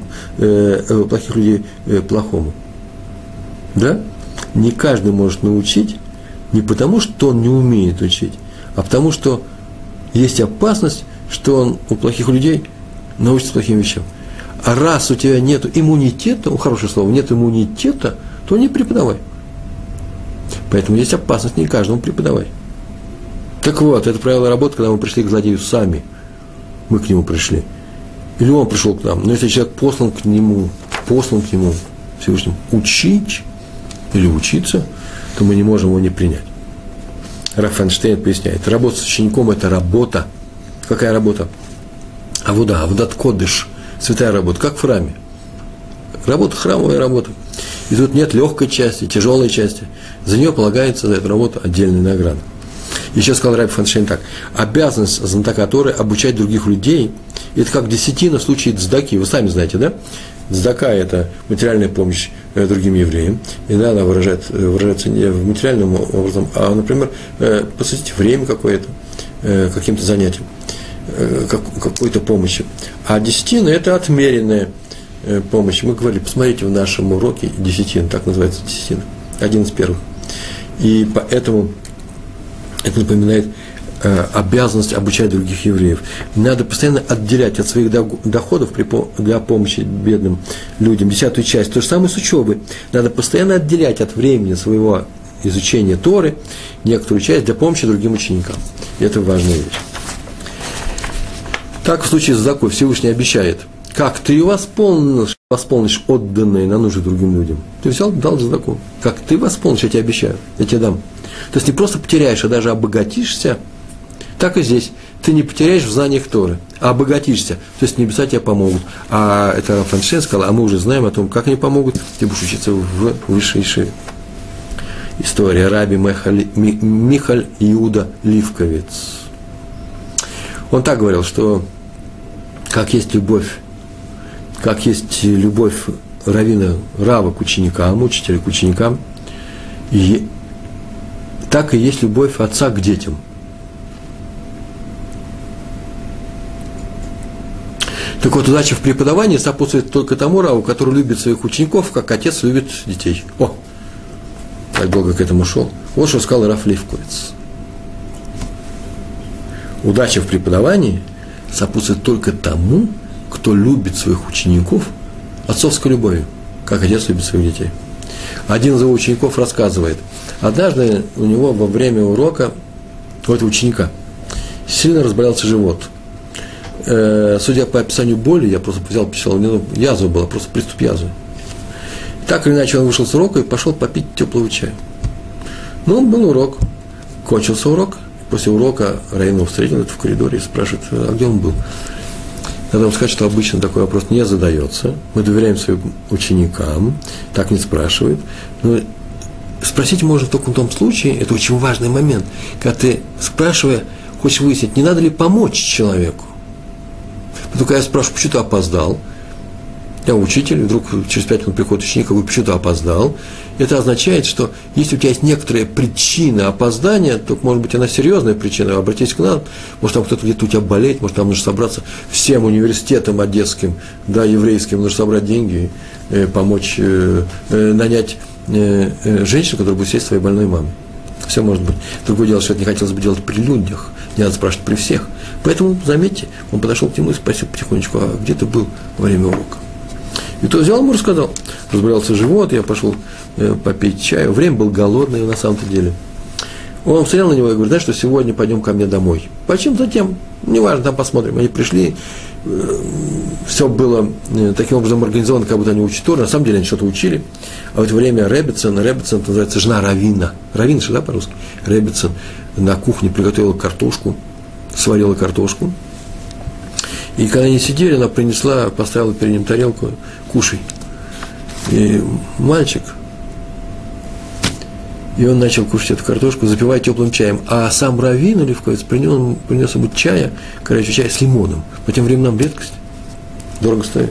плохому. Да? Не каждый может научить не потому, что он не умеет учить, а потому, что есть опасность, что он у плохих людей научится плохим вещам. А раз у тебя нет иммунитета, хорошее слово, нет иммунитета, то не преподавай. Поэтому есть опасность не каждому преподавай. Так вот, это правило работы, когда мы пришли к злодею сами. Мы к нему пришли. Или он пришел к нам. Но если человек послан к нему Всевышнему учить или учиться, то мы не можем его не принять. Рав Файнштейн поясняет, работа с учеником – это работа. Какая работа? Авудат кодеш. Святая работа, как в храме. Работа, храмовая работа. И тут нет легкой части, тяжелой части. За нее полагается, за эту работу, отдельная награда. Еще сказал Рав Файнштейн так. Обязанность знатока Торы обучать других людей, это как десятина в случае цдаки. Вы сами знаете, да? Цдака – это материальная помощь другим евреям. И она выражается не в материальном образом, а, например, посвятить время какое-то, каким-то занятиям, какой-то помощи. А десятина – это отмеренная помощь. Мы говорили, посмотрите в нашем уроке десятина, так называется десятина, один из первых. И поэтому это напоминает обязанность обучать других евреев. Надо постоянно отделять от своих доходов для помощи бедным людям 10-ю часть. То же самое с учебой. Надо постоянно отделять от времени своего изучения Торы некоторую часть для помощи другим ученикам. И это важная вещь. Так в случае с Закой Всевышний обещает, как ты восполнишь отданное на нужды другим людям. Ты взял, дал задаку. Как ты восполнишь, я тебе обещаю, я тебе дам. То есть не просто потеряешь, а даже обогатишься. Так и здесь. Ты не потеряешь в знаниях Торы, а обогатишься. То есть небеса тебе помогут. А это Рав Файнштейн сказал, а мы уже знаем о том, как они помогут. Ты будешь учиться в высшей шиве. История Раби Михаль Иуда Ливковец. Он так говорил, что как есть любовь раввина Рава к ученикам, учителя к ученикам, и так и есть любовь отца к детям. Так вот, удача в преподавании сопутствует только тому Раву, который любит своих учеников, как отец любит детей. О, так долго к этому шел. Вот что сказал Рав Ливковец. Удача в преподавании сопутствует только тому, кто любит своих учеников отцовской любовью, как отец любит своих детей. Один из его учеников рассказывает, однажды у него во время урока, у этого ученика, сильно разболелся живот. Судя по описанию боли, я просто взял, писал, у него язва была, просто приступ язвы. Так или иначе он вышел с урока и пошел попить теплого чая. Ну, был урок, кончился урок, после урока Раин его встретил в коридоре и спрашивает, а где он был? Надо вам сказать, что обычно такой вопрос не задается. Мы доверяем своим ученикам, так не спрашивают. Но спросить можно только в том случае, это очень важный момент, когда ты, спрашивая, хочешь выяснить, не надо ли помочь человеку. Только я спрашиваю, почему ты опоздал? Я учитель, вдруг через 5 минут приходит ученик, говорит, почему ты опоздал? Это означает, что если у тебя есть некоторая причина опоздания, то, может быть, она серьезная причина, обратись к нам, может, там кто-то где-то у тебя болеет, может, нам нужно собраться всем университетам одесским, да, еврейским, нужно собрать деньги, помочь, нанять женщину, которая будет сесть с своей больной мамой. Все может быть. Другое дело, что это не хотелось бы делать при людях, не надо спрашивать при всех. Поэтому, заметьте, он подошел к нему и спросил потихонечку, а где ты был во время урока? И тот взял ему и рассказал. Разболелся живот, я пошел попить чаю. Время было голодное на самом-то деле. Он смотрел на него и говорит, знаешь, что сегодня пойдем ко мне домой. Почему? Затем, неважно, там посмотрим. Они пришли, все было таким образом организовано, как будто они учат Тору. На самом деле они что-то учили. А в это время Реббецен называется жена раввина. Раввин же, да, по-русски? Реббецен на кухне приготовила картошку, сварила картошку. И когда они сидели, она принесла, поставила перед ним тарелку, кушай. И мальчик, и он начал кушать эту картошку, запивая теплым чаем. А сам раввин Ливковец принес ему чая, горячий чай с лимоном. По тем временам редкость, дорого стоит.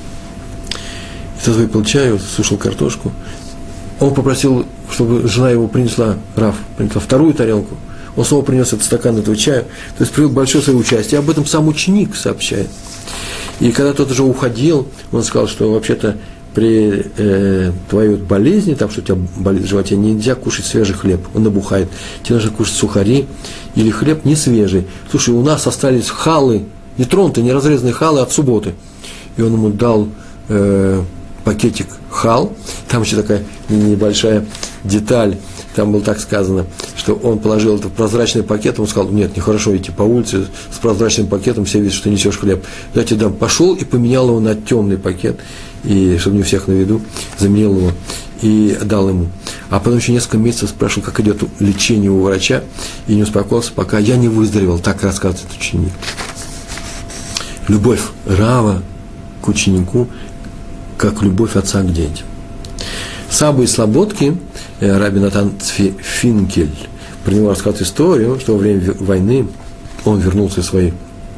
И тот выпил чаю, сушил картошку. Он попросил, чтобы жена его принесла вторую тарелку. Он снова принес этот стакан этого чая, то есть привел большое свое участие. Об этом сам ученик сообщает. И когда тот уже уходил, он сказал, что вообще-то при твоей болезни, там, что у тебя болит в животе, нельзя кушать свежий хлеб, он набухает. Тебе нужно кушать сухари или хлеб не свежий. Слушай, у нас остались халы, не тронутые, не разрезанные халы от субботы. И он ему дал пакетик хал, там еще такая небольшая деталь, там было так сказано, что он положил это в прозрачный пакет, он сказал, нет, нехорошо идти по улице с прозрачным пакетом, все видят, что ты несешь хлеб. Дайте дам. Пошел и поменял его на темный пакет, и, чтобы не у всех на виду, заменил его и дал ему. А потом еще несколько месяцев спрашивал, как идет лечение у врача, и не успокоился, пока я не выздоровел, так рассказывает ученик. Любовь Рава к ученику, как любовь отца к детям. Саба из Слободки, Раби Натан Финкель, про него рассказывает историю, что во время войны он вернулся из своей...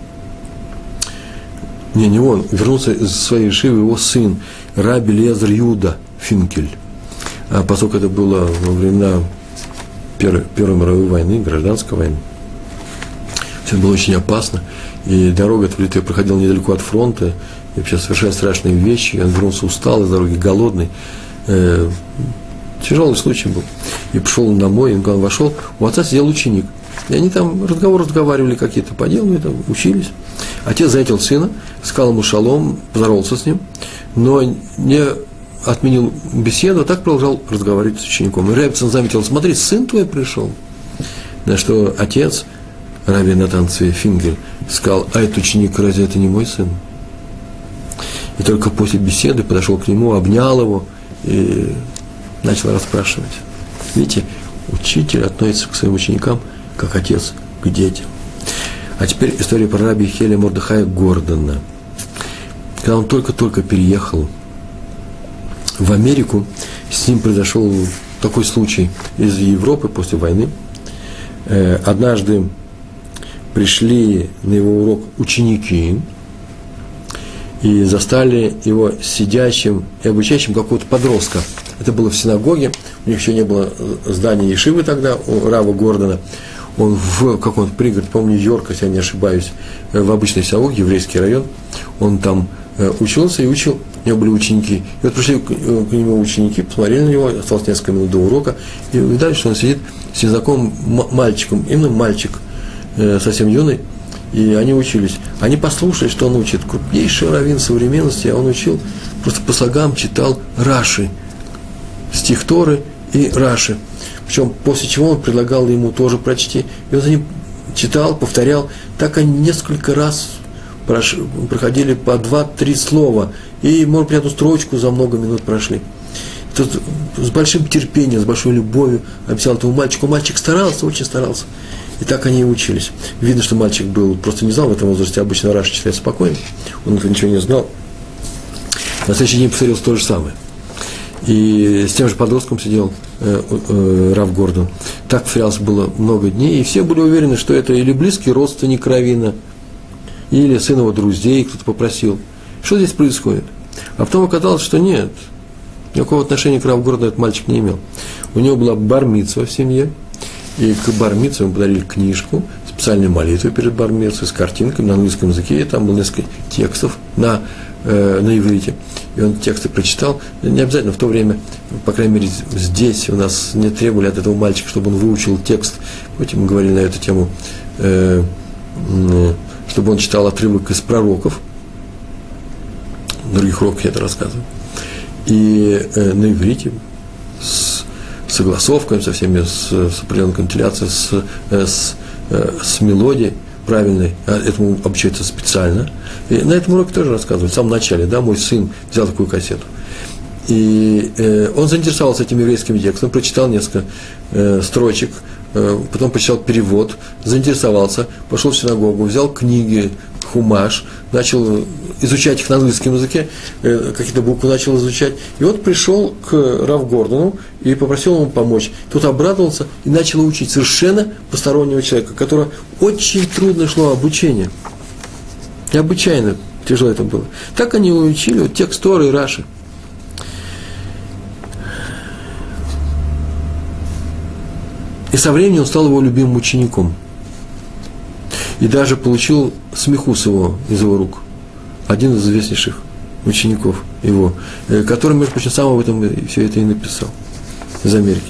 вернулся из своей ешивы его сын, Раби Лезер Юда Финкель. А поскольку это было во времена Первой мировой войны, гражданской войны. Это было очень опасно, и дорога эта проходила недалеко от фронта, и вообще совершенно страшные вещи, он вернулся усталый с дороги, голодный, тяжелый случай был. И пришел он домой, и когда он вошел, у отца сидел ученик, и они там разговаривали какие-то по делу, и там учились. Отец заметил сына, сказал ему шалом, поздоровался с ним, но не отменил беседу, а так продолжал разговаривать с учеником. И Реббецин заметил: смотри, сын твой пришел. На что отец, Раби Натан Цви Фингель, сказал: а этот ученик, разве это не мой сын? И только после беседы подошел к нему, обнял его и начал расспрашивать. Видите, учитель относится к своим ученикам, как отец к детям. А теперь история про раби Хеля Мордехая Гордона. Когда он только-только переехал в Америку, с ним произошел такой случай из Европы после войны. Однажды пришли на его урок ученики и застали его сидящим и обучающим какого-то подростка. Это было в синагоге, у них еще не было здания ешивы тогда, у рава Гордона. Он в каком-то пригороде, по-моему, Нью-Йорка, если я не ошибаюсь, в обычной синагоге, еврейский район, он там учился и учил, у него были ученики. И вот пришли к нему ученики, посмотрели на него, осталось несколько минут до урока, и увидали, что он сидит с незнакомым мальчиком, именно мальчик, совсем юный, и они учились. Они послушали, что он учит. Крупнейший раввин современности, а он учил, просто по слогам читал Раши, стих Торы и Раши. Причем после чего он предлагал ему тоже прочти. И он за ним читал, повторял. Так они несколько раз проходили по 2-3 слова. И, может быть, одну строчку за много минут прошли. И тут с большим терпением, с большой любовью объяснял этому мальчику. Мальчик старался, очень старался. И так они и учились. Видно, что мальчик был, просто не знал в этом возрасте. Обычно Раши читает спокойно. Он этого ничего не знал. На следующий день повторилось то же самое. И с тем же подростком сидел рав Гордон. Так повторялось было много дней, и все были уверены, что это или близкий родственник раввина, или сын его друзей, кто-то попросил. Что здесь происходит? А потом оказалось, что нет, никакого отношения к раву Гордону этот мальчик не имел. У него была бар-мицва в семье, и к бар-мицве ему подарили книжку, специальную молитву перед бар-мицвой с картинками на английском языке, и там было несколько текстов на иврите. И он тексты прочитал. Не обязательно в то время, по крайней мере, здесь у нас не требовали от этого мальчика, чтобы он выучил текст. Помните, мы говорили на эту тему, чтобы он читал отрывок из пророков. В других уроках я это рассказываю. И на иврите, с согласовками, со всеми, с определенной кантиляцией, с мелодией правильной, этому обучается специально. И на этом уроке тоже рассказывали, в самом начале, да, мой сын взял такую кассету. И он заинтересовался этим еврейским текстом, прочитал несколько строчек, потом прочитал перевод, заинтересовался, пошел в синагогу, взял книги, хумаш, начал изучать их на английском языке, какие-то буквы начал изучать. И вот пришел к рав Гордону и попросил ему помочь. Тот обрадовался и начал учить совершенно постороннего человека, которого очень трудно шло обучение. Необычайно тяжело это было. Так они учили вот, текст Торы и Раши. И со временем он стал его любимым учеником. И даже получил смехус из его рук. Один из известнейших учеников его, который, между прочим, сам об этом все это и написал из Америки.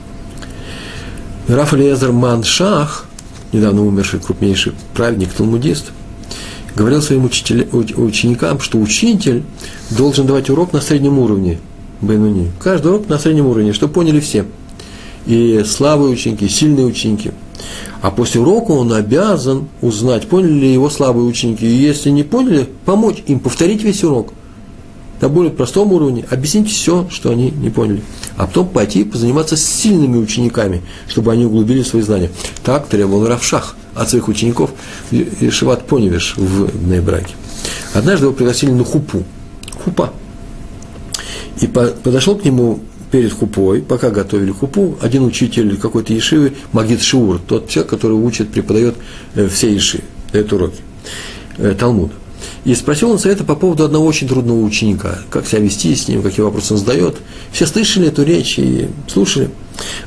Раф Элиэзер Ман-Шах, недавно умерший крупнейший праведник, талмудист, говорил своим ученикам, что учитель должен давать урок на среднем уровне, бейнуни. Каждый урок на среднем уровне, чтобы поняли все. И слабые ученики, и сильные ученики. А после урока он обязан узнать, поняли ли его слабые ученики. И если не поняли, помочь им повторить весь урок. На более простом уровне объяснить все, что они не поняли. А потом пойти позаниматься с сильными учениками, чтобы они углубили свои знания. Так требовал Рав Шах от своих учеников Ешиват Поневиш в Бней-Браке. Однажды его пригласили на хупу. Хупа. И подошел к нему перед хупой, пока готовили хупу, один учитель какой-то ешивы, Магид Шиур, тот человек, который учит, преподает все ешивы, дает уроки, Талмуда. И спросил он совета по поводу одного очень трудного ученика, как себя вести с ним, какие вопросы он задает. Все слышали эту речь и слушали.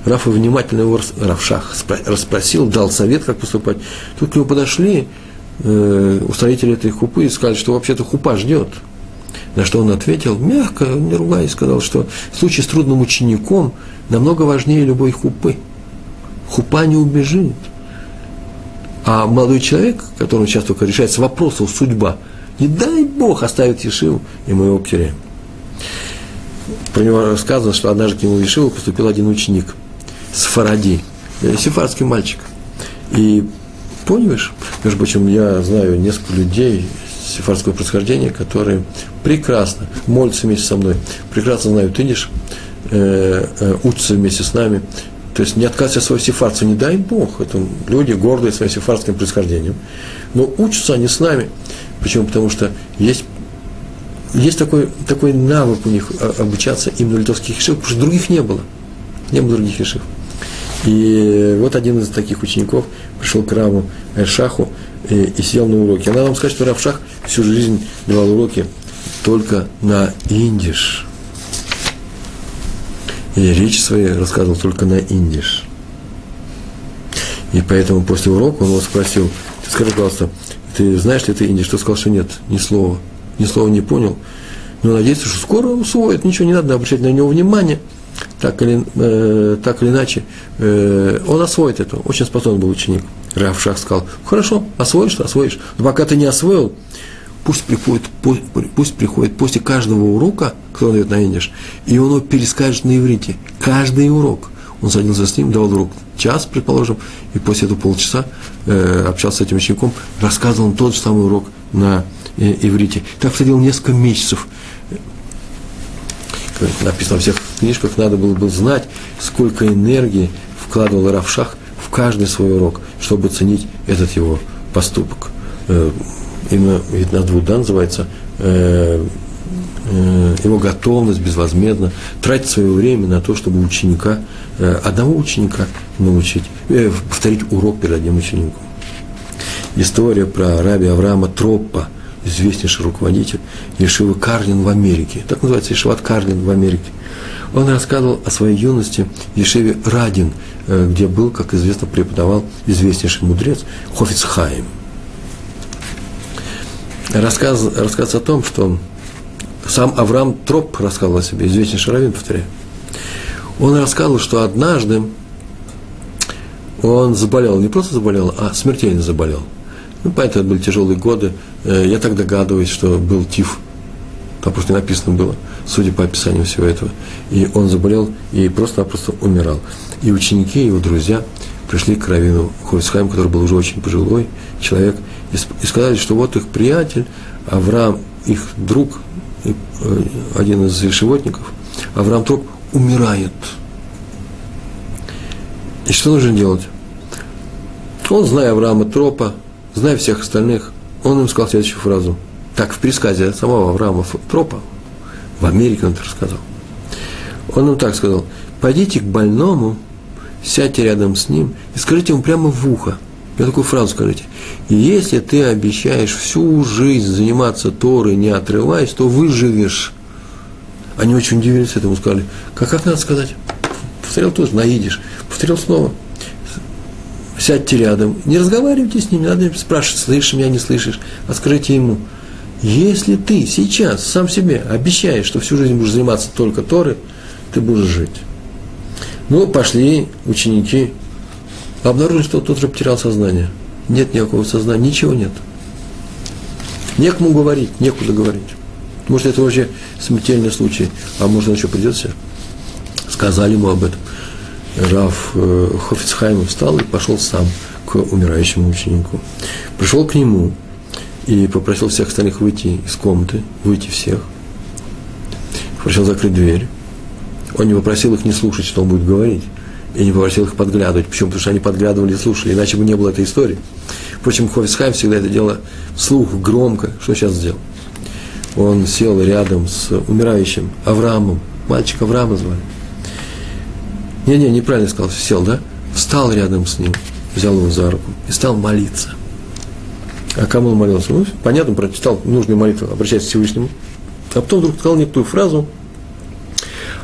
Раф внимательно его Равшах расспросил, дал совет, как поступать. Тут к нему подошли устроители этой хупы и сказали, что вообще-то хупа ждет. На что он ответил, мягко, не ругаясь, сказал, что в случае с трудным учеником намного важнее любой хупы. Хупа не убежит. А молодой человек, которому сейчас только решается вопросов судьба, не дай Бог оставит ешиву, и мы его потеряем. Про него рассказано, что однажды к нему в ешиву поступил один ученик, сфаради, сефардский мальчик. И понимаешь, между прочим, я знаю несколько людей сефардского происхождения, которые прекрасно молятся вместе со мной, прекрасно знают идиш, учатся вместе с нами. То есть не отказываются от своего сефардства, не дай Бог. Это люди, гордые своим сефардским происхождением. Но учатся они с нами. Почему? Потому что есть такой навык у них обучаться именно в литовских ешивах, потому что других не было. Не было других ешив. И вот один из таких учеников пришел к Раву Шаху и сидел на уроке. Надо вам сказать, что Рав Шах всю жизнь давал уроки только на идиш. И речь свою рассказывал только на идиш. И поэтому после урока он его спросил, ты скажи, пожалуйста, ты знаешь ли ты идиш? Тот сказал, что нет, ни слова не понял. Но надеется, что скоро усвоит, ничего не надо обращать на него внимание. Так или иначе, он освоит это. Очень способный был ученик. Рав Шах сказал, хорошо, освоишь. Но пока ты не освоил, пусть приходит после каждого урока, кто он дает на идиш, и он его перескажет на иврите. Каждый урок. Он садился с ним, давал урок час, предположим, и после этого полчаса общался с этим учеником, рассказывал он тот же самый урок на иврите. Так проходило несколько месяцев. Написано во всех книжках, надо было бы знать, сколько энергии вкладывал Рав Шах в каждый свой урок, чтобы ценить этот его поступок. Именно Витнадвуда называется его готовность безвозмездно тратить свое время на то, чтобы одного ученика научить, повторить урок перед одним учеником. История про раби Авраама Троппа, известнейший руководитель ешивы Карлин в Америке. Так называется ешиват Карлин в Америке. Он рассказывал о своей юности в ешиве Радин, где был, как известно, преподавал известнейший мудрец Хофец Хаим. Рассказ о том, что сам Авраам Троп рассказывал о себе, известнейший раввин, повторяю. Он рассказывал, что однажды он заболел, не просто заболел, а смертельно заболел. Поэтому это были тяжелые годы. Я так догадываюсь, что был тиф. Там просто не написано было, судя по описанию всего этого. И он заболел и просто-напросто умирал. И ученики, его друзья пришли к раввину Хофец Хаиму, который был уже очень пожилой человек, и сказали, что вот их приятель, Авраам, их друг, один из ешивотников, Авраам Троп, умирает. И что нужно делать? Он, зная Авраама Тропа, зная всех остальных, он им сказал следующую фразу. Так, в пересказе самого Авраама Тропа, в Америке он это рассказал. Он им так сказал: пойдите к больному, сядьте рядом с ним и скажите ему прямо в ухо. Я такую фразу скажите: если ты обещаешь всю жизнь заниматься Торой, не отрываясь, то выживешь. Они очень удивились этому, сказали: как надо сказать? Повторил тоже, на идиш. Повторил снова. Сядьте рядом, не разговаривайте с ним, не надо спрашивать, слышишь меня, не слышишь, а скажите ему: если ты сейчас сам себе обещаешь, что всю жизнь будешь заниматься только Торой, ты будешь жить. Ну, пошли ученики, обнаружили, что тот же потерял сознание. Нет никакого сознания, ничего нет. Некому говорить, некуда говорить. Может, это вообще смертельный случай, а может, он еще придется. Сказали ему об этом. Рав Хофец Хаим встал и пошел сам к умирающему ученику. Пришел к нему и попросил всех остальных выйти из комнаты, выйти всех. Попросил закрыть дверь. Он не попросил их не слушать, что он будет говорить, и не попросил их подглядывать. Почему? Потому что они подглядывали и слушали, иначе бы не было этой истории. Впрочем, Хофец Хаим всегда это делал вслух, громко. Что сейчас сделал? Он сел рядом с умирающим Авраамом. Мальчика Авраама звали. Неправильно сказал, сел, да? Встал рядом с ним, взял его за руку и стал молиться. А кому он молился? Ну, понятно, прочитал нужную молитву, обращаясь к Всевышнему. А потом вдруг сказал некоторую фразу,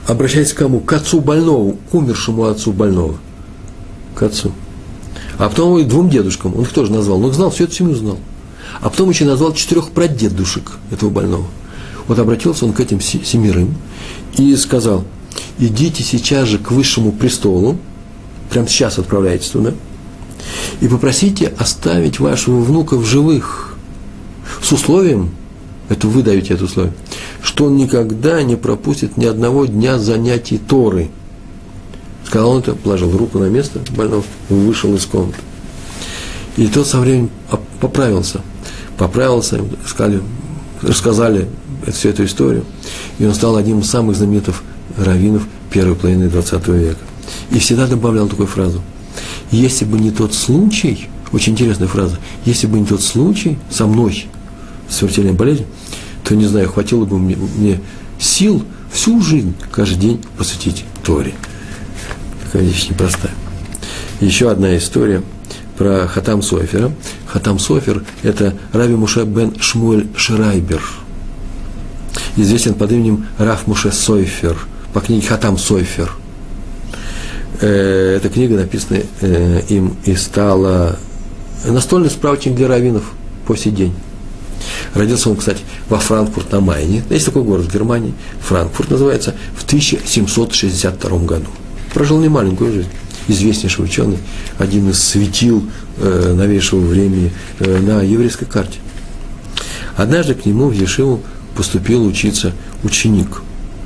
обращается к кому? К отцу больного, к умершему отцу больного. К отцу. А потом и 2 дедушкам, он их тоже назвал, но знал, всю эту семью знал. А потом еще назвал 4 прадедушек этого больного. Вот обратился он к этим 7 и сказал: идите сейчас же к высшему престолу, прямо сейчас отправляйтесь туда, и попросите оставить вашего внука в живых, с условием, это вы даете это условие, что он никогда не пропустит ни одного дня занятий Торы. Сказал он это, положил руку на место больного, вышел из комнаты. И тот со временем поправился, рассказали всю эту историю, и он стал одним из самых знаменитых раввинов первой половины 20 века. И всегда добавлял такую фразу: если бы не тот случай, очень интересная фраза, если бы не тот случай со мной, смертельной болезнью, то, не знаю, хватило бы мне сил всю жизнь, каждый день посвятить Торе. Такая вещь непростая. Еще одна история про Хатам Софера. Хатам Софер – это Рави Муше бен Шмуэль Шрайбер, известен под именем Рав Муше Сойфер, по книге Хатам Софер. Эта книга, написана им, и стала настольный справочник для раввинов по сей день. Родился он, кстати, во Франкфурт-на-Майне. Есть такой город в Германии, Франкфурт называется, в 1762 году. Прожил немаленькую жизнь. Известнейший ученый, один из светил новейшего времени на еврейской карте. Однажды к нему в Ешиву поступил учиться ученик.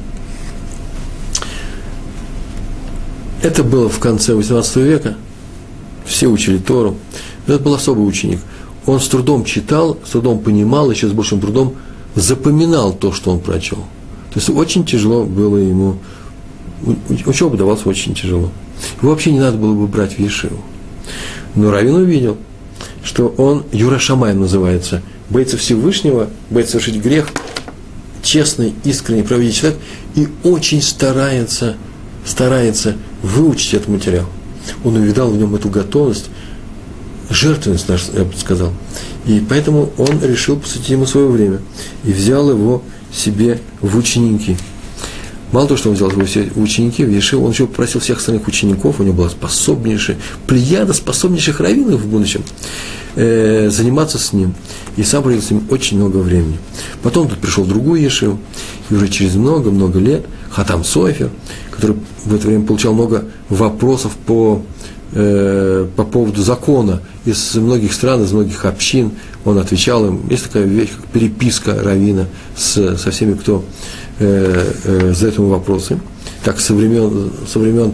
Это было в конце 18 века, все учили Тору. Но это был особый ученик. Он с трудом читал, с трудом понимал, еще с большим трудом запоминал то, что он прочел. То есть очень тяжело было ему, учеба давалась очень тяжело. Его вообще не надо было бы брать в Ешиву. Но раввин увидел, что он Юра Шамай называется, боится Всевышнего, боится совершить грех, честный, искренний, праведный человек, и очень старается выучить этот материал. Он увидал в нем эту готовность, жертвенность, я бы сказал. И поэтому он решил посвятить ему свое время и взял его себе в ученики. Мало того, что он взял его в ученики, в Ешиву, он еще попросил всех остальных учеников, у него была плеяда способнейших раввинов в будущем, заниматься с ним. И сам провел с ним очень много времени. Потом тут пришел в другую Ешиву, и уже через много-много лет Хатам Софер, который в это время получал много вопросов по поводу закона из многих стран, из многих общин, он отвечал им. Есть такая вещь, как переписка раввина со всеми, кто задает ему вопросы. Так, со времен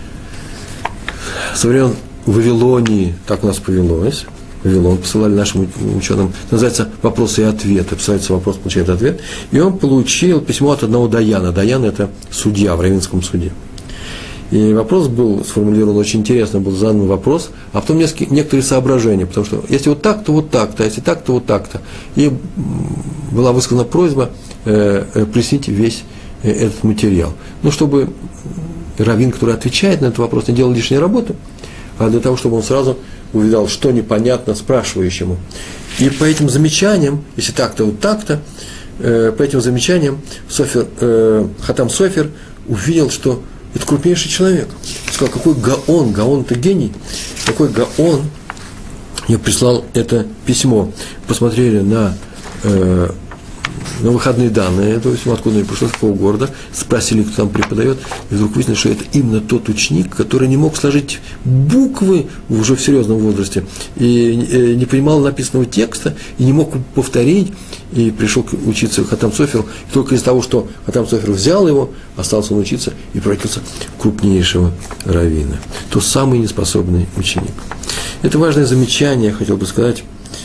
Вавилонии, так у нас повелось. Вавилон посылали нашим ученым, называется «Вопросы и ответы». Писается вопрос, получает ответ. И он получил письмо от одного даяна. Даян – это судья в раввинском суде. И вопрос был сформулирован очень интересно, был задан вопрос, а потом некоторые соображения, потому что если вот так, то вот так-то, а если так, то вот так-то. И была высказана просьба прояснить весь этот материал. Ну, чтобы раввин, который отвечает на этот вопрос, не делал лишней работы, а для того, чтобы он сразу увидал, что непонятно спрашивающему. И по этим замечаниям, если так-то, вот так-то, по этим замечаниям Хатам Софер увидел, что это крупнейший человек. Он сказал, какой Гаон, Гаон – это гений, какой Гаон. Я прислал это письмо, посмотрели на выходные данные, то есть откуда он пришел, с какого города, спросили, кто там преподает, и вдруг выяснилось, что это именно тот ученик, который не мог сложить буквы уже в серьезном возрасте, и не понимал написанного текста, и не мог повторить, и пришел учиться Хатам Соферу, и только из-за того, что Хатам Софер взял его, остался он учиться и превратился в крупнейшего раввина. То самый неспособный ученик. Это важное замечание, я хотел бы сказать.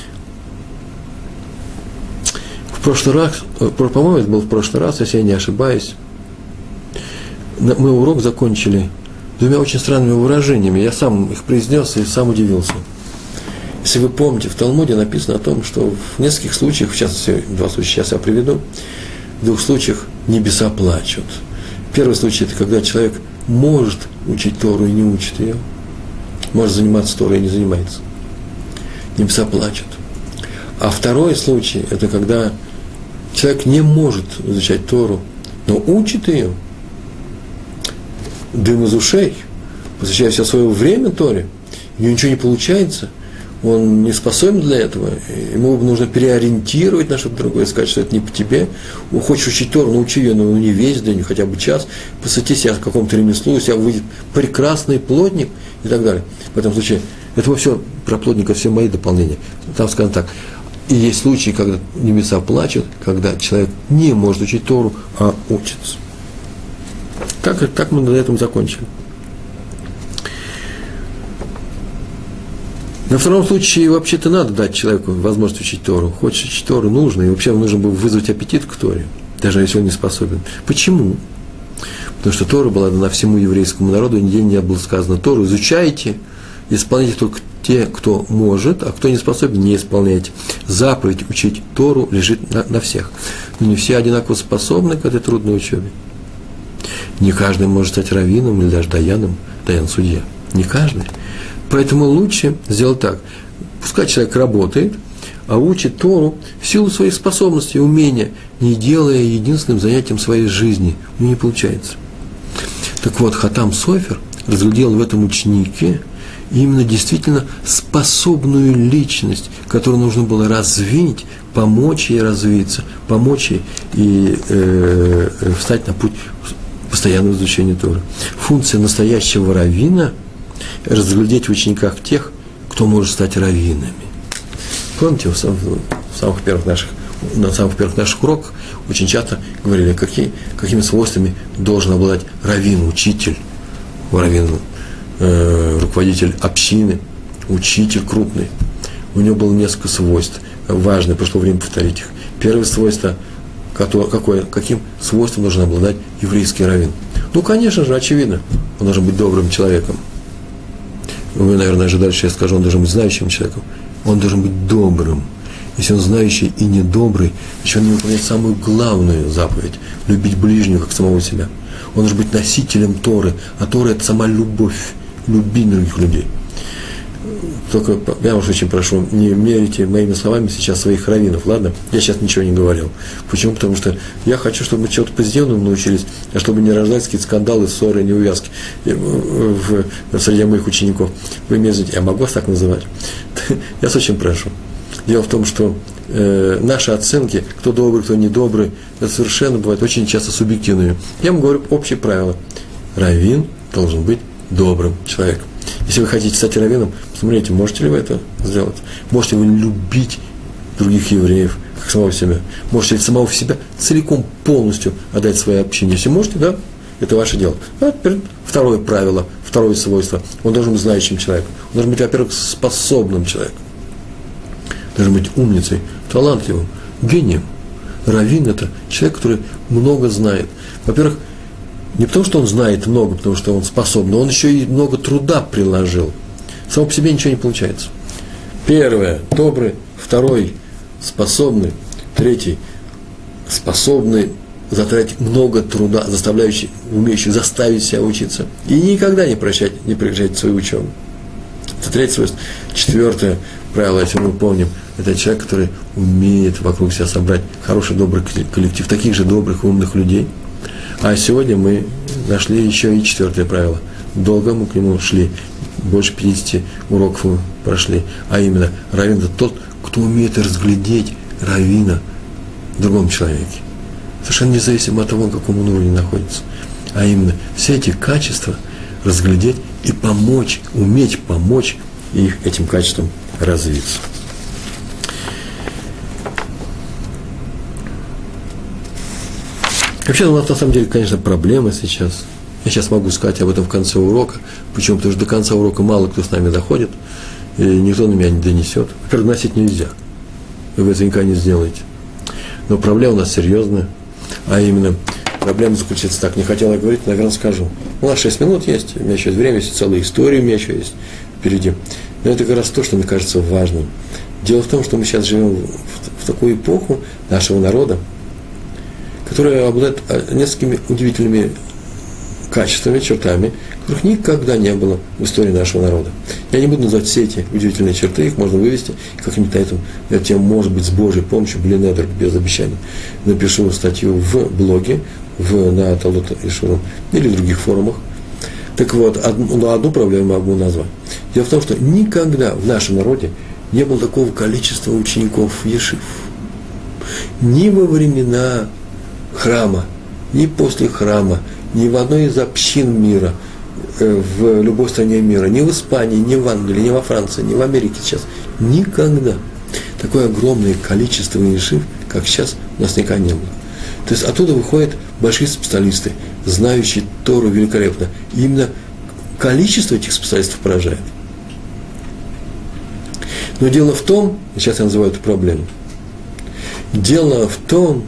В прошлый раз, по-моему, это был в прошлый раз, если я не ошибаюсь, мы урок закончили 2 очень странными выражениями. Я сам их произнес и сам удивился. Если вы помните, в Талмуде написано о том, что в нескольких случаях, в частности, 2 случая сейчас я приведу, в 2 случаях небеса плачут. Первый случай – это когда человек может учить Тору и не учит ее, может заниматься Торой и не занимается. Небеса плачут. А второй случай – это когда человек не может изучать Тору, но учит ее, дым из ушей, посвящая все свое время Торе, у него ничего не получается, он не способен для этого, ему нужно переориентировать на что-то другое, сказать, что это не по тебе. Хочешь учить Тору, научи ее, но не весь день, хотя бы час, посвяти себя какому-то ремеслу, из себя выйдет прекрасный плотник и так далее. В этом случае, это все про плотника, все мои дополнения. Там сказано так. И есть случаи, когда небеса плачут, когда человек не может учить Тору, а учится. Так мы на этом закончили. На втором случае вообще-то надо дать человеку возможность учить Тору. Хочешь учить Тору, нужно. И вообще нужно было вызвать аппетит к Торе, даже если он не способен. Почему? Потому что Тора была дана всему еврейскому народу, и нигде не было сказано: Тору изучайте, исполняйте только те, кто может, а кто не способен, не исполняйте. Заповедь учить Тору лежит на всех. Но не все одинаково способны к этой трудной учебе. Не каждый может стать раввином или даже даяном, даян-судья. Не каждый. Поэтому лучше сделать так. Пускай человек работает, а учит Тору в силу своих способностей и умения, не делая единственным занятием своей жизни. У него не получается. Так вот, Хатам Софер разглядел в этом ученике именно действительно способную личность, которую нужно было развить, помочь ей развиться, помочь ей и встать на путь постоянного изучения Торы. Функция настоящего раввина – разглядеть в учениках тех, кто может стать раввинами. Помните, на самых первых наших уроках очень часто говорили, какими свойствами должен обладать раввин, учитель, раввин, руководитель общины, учитель крупный. У него было несколько свойств. Важно, пришло время повторить их. Первое свойство, каким свойством должен обладать еврейский раввин? Ну, конечно же, очевидно, он должен быть добрым человеком. Вы, наверное, ожидали, что я скажу, он должен быть знающим человеком. Он должен быть добрым. Если он знающий и недобрый, значит, он не выполняет самую главную заповедь – любить ближнего, как самого себя. Он должен быть носителем Торы, а Тора – это сама любовь, любить других людей. Только я вас очень прошу, не мерите моими словами сейчас своих раввинов, ладно? Я сейчас ничего не говорил. Почему? Потому что я хочу, чтобы мы чего-то позитивному научились, а чтобы не рождались какие-то скандалы, ссоры, неувязки среди моих учеников. Вы меня извините, я могу вас так называть? Я вас очень прошу. Дело в том, что наши оценки, кто добрый, кто недобрый, это совершенно бывает очень часто субъективными. Я вам говорю общее правило. Раввин должен быть добрым человеком. Если вы хотите стать раввином, посмотрите, можете ли вы это сделать? Можете вы любить других евреев, как самого себя? Можете ли самого себя целиком, полностью отдать своей общине? Если можете, да, это ваше дело. А теперь второе правило, второе свойство. Он должен быть знающим человеком. Он должен быть, во-первых, способным человеком. Должен быть умницей, талантливым, гением. Раввин – это человек, который много знает. Во-первых, не потому, что он знает много, потому что он способен, но он еще и много труда приложил. Само по себе ничего не получается. Первое – добрый. Второй – способный. Третий – способный затратить много труда, заставляющий, умеющий заставить себя учиться. И никогда не прекращать свою учебу. Это третье свойство. Четвертое правило, если мы помним, это человек, который умеет вокруг себя собрать хороший, добрый коллектив, таких же добрых, умных людей. А сегодня мы нашли еще и четвертое правило. Долго мы к нему шли, больше 50 уроков мы прошли. А именно, раввин – это тот, кто умеет разглядеть раввина в другом человеке. Совершенно независимо от того, на каком он уровне находится. А именно, все эти качества разглядеть и помочь, уметь помочь их этим качествам развиться. Вообще, у нас на самом деле, конечно, проблема сейчас. Я сейчас могу сказать об этом в конце урока. Почему? Потому что до конца урока мало кто с нами доходит, и никто на меня не донесет. Во-первых, доносить нельзя. Вы это никогда не сделаете. Но проблема у нас серьезная. А именно, проблема заключается так. Не хотел я говорить, наверное, скажу. У нас 6 минут есть, у меня еще есть время, есть целая история у меня еще есть впереди. Но это как раз то, что мне кажется важным. Дело в том, что мы сейчас живем в такую эпоху нашего народа, которая обладает несколькими удивительными качествами, чертами, которых никогда не было в истории нашего народа. Я не буду называть все эти удивительные черты, их можно вывести, как-нибудь на эту тему, может быть, с Божьей помощью, блинедер, без обещаний, напишу статью в блоге, на Талут Ишуру или в других форумах. Так вот, одну проблему могу назвать. Дело в том, что никогда в нашем народе не было такого количества учеников ешив. Ни во времена храма, ни после храма, ни в одной из общин мира, в любой стране мира, ни в Испании, ни в Англии, ни во Франции, ни в Америке сейчас. Никогда такое огромное количество ешив, как сейчас, у нас никогда не было. То есть оттуда выходят большие специалисты, знающие Тору великолепно. И именно количество этих специалистов поражает. Но дело в том, сейчас я называю эту проблему, дело в том,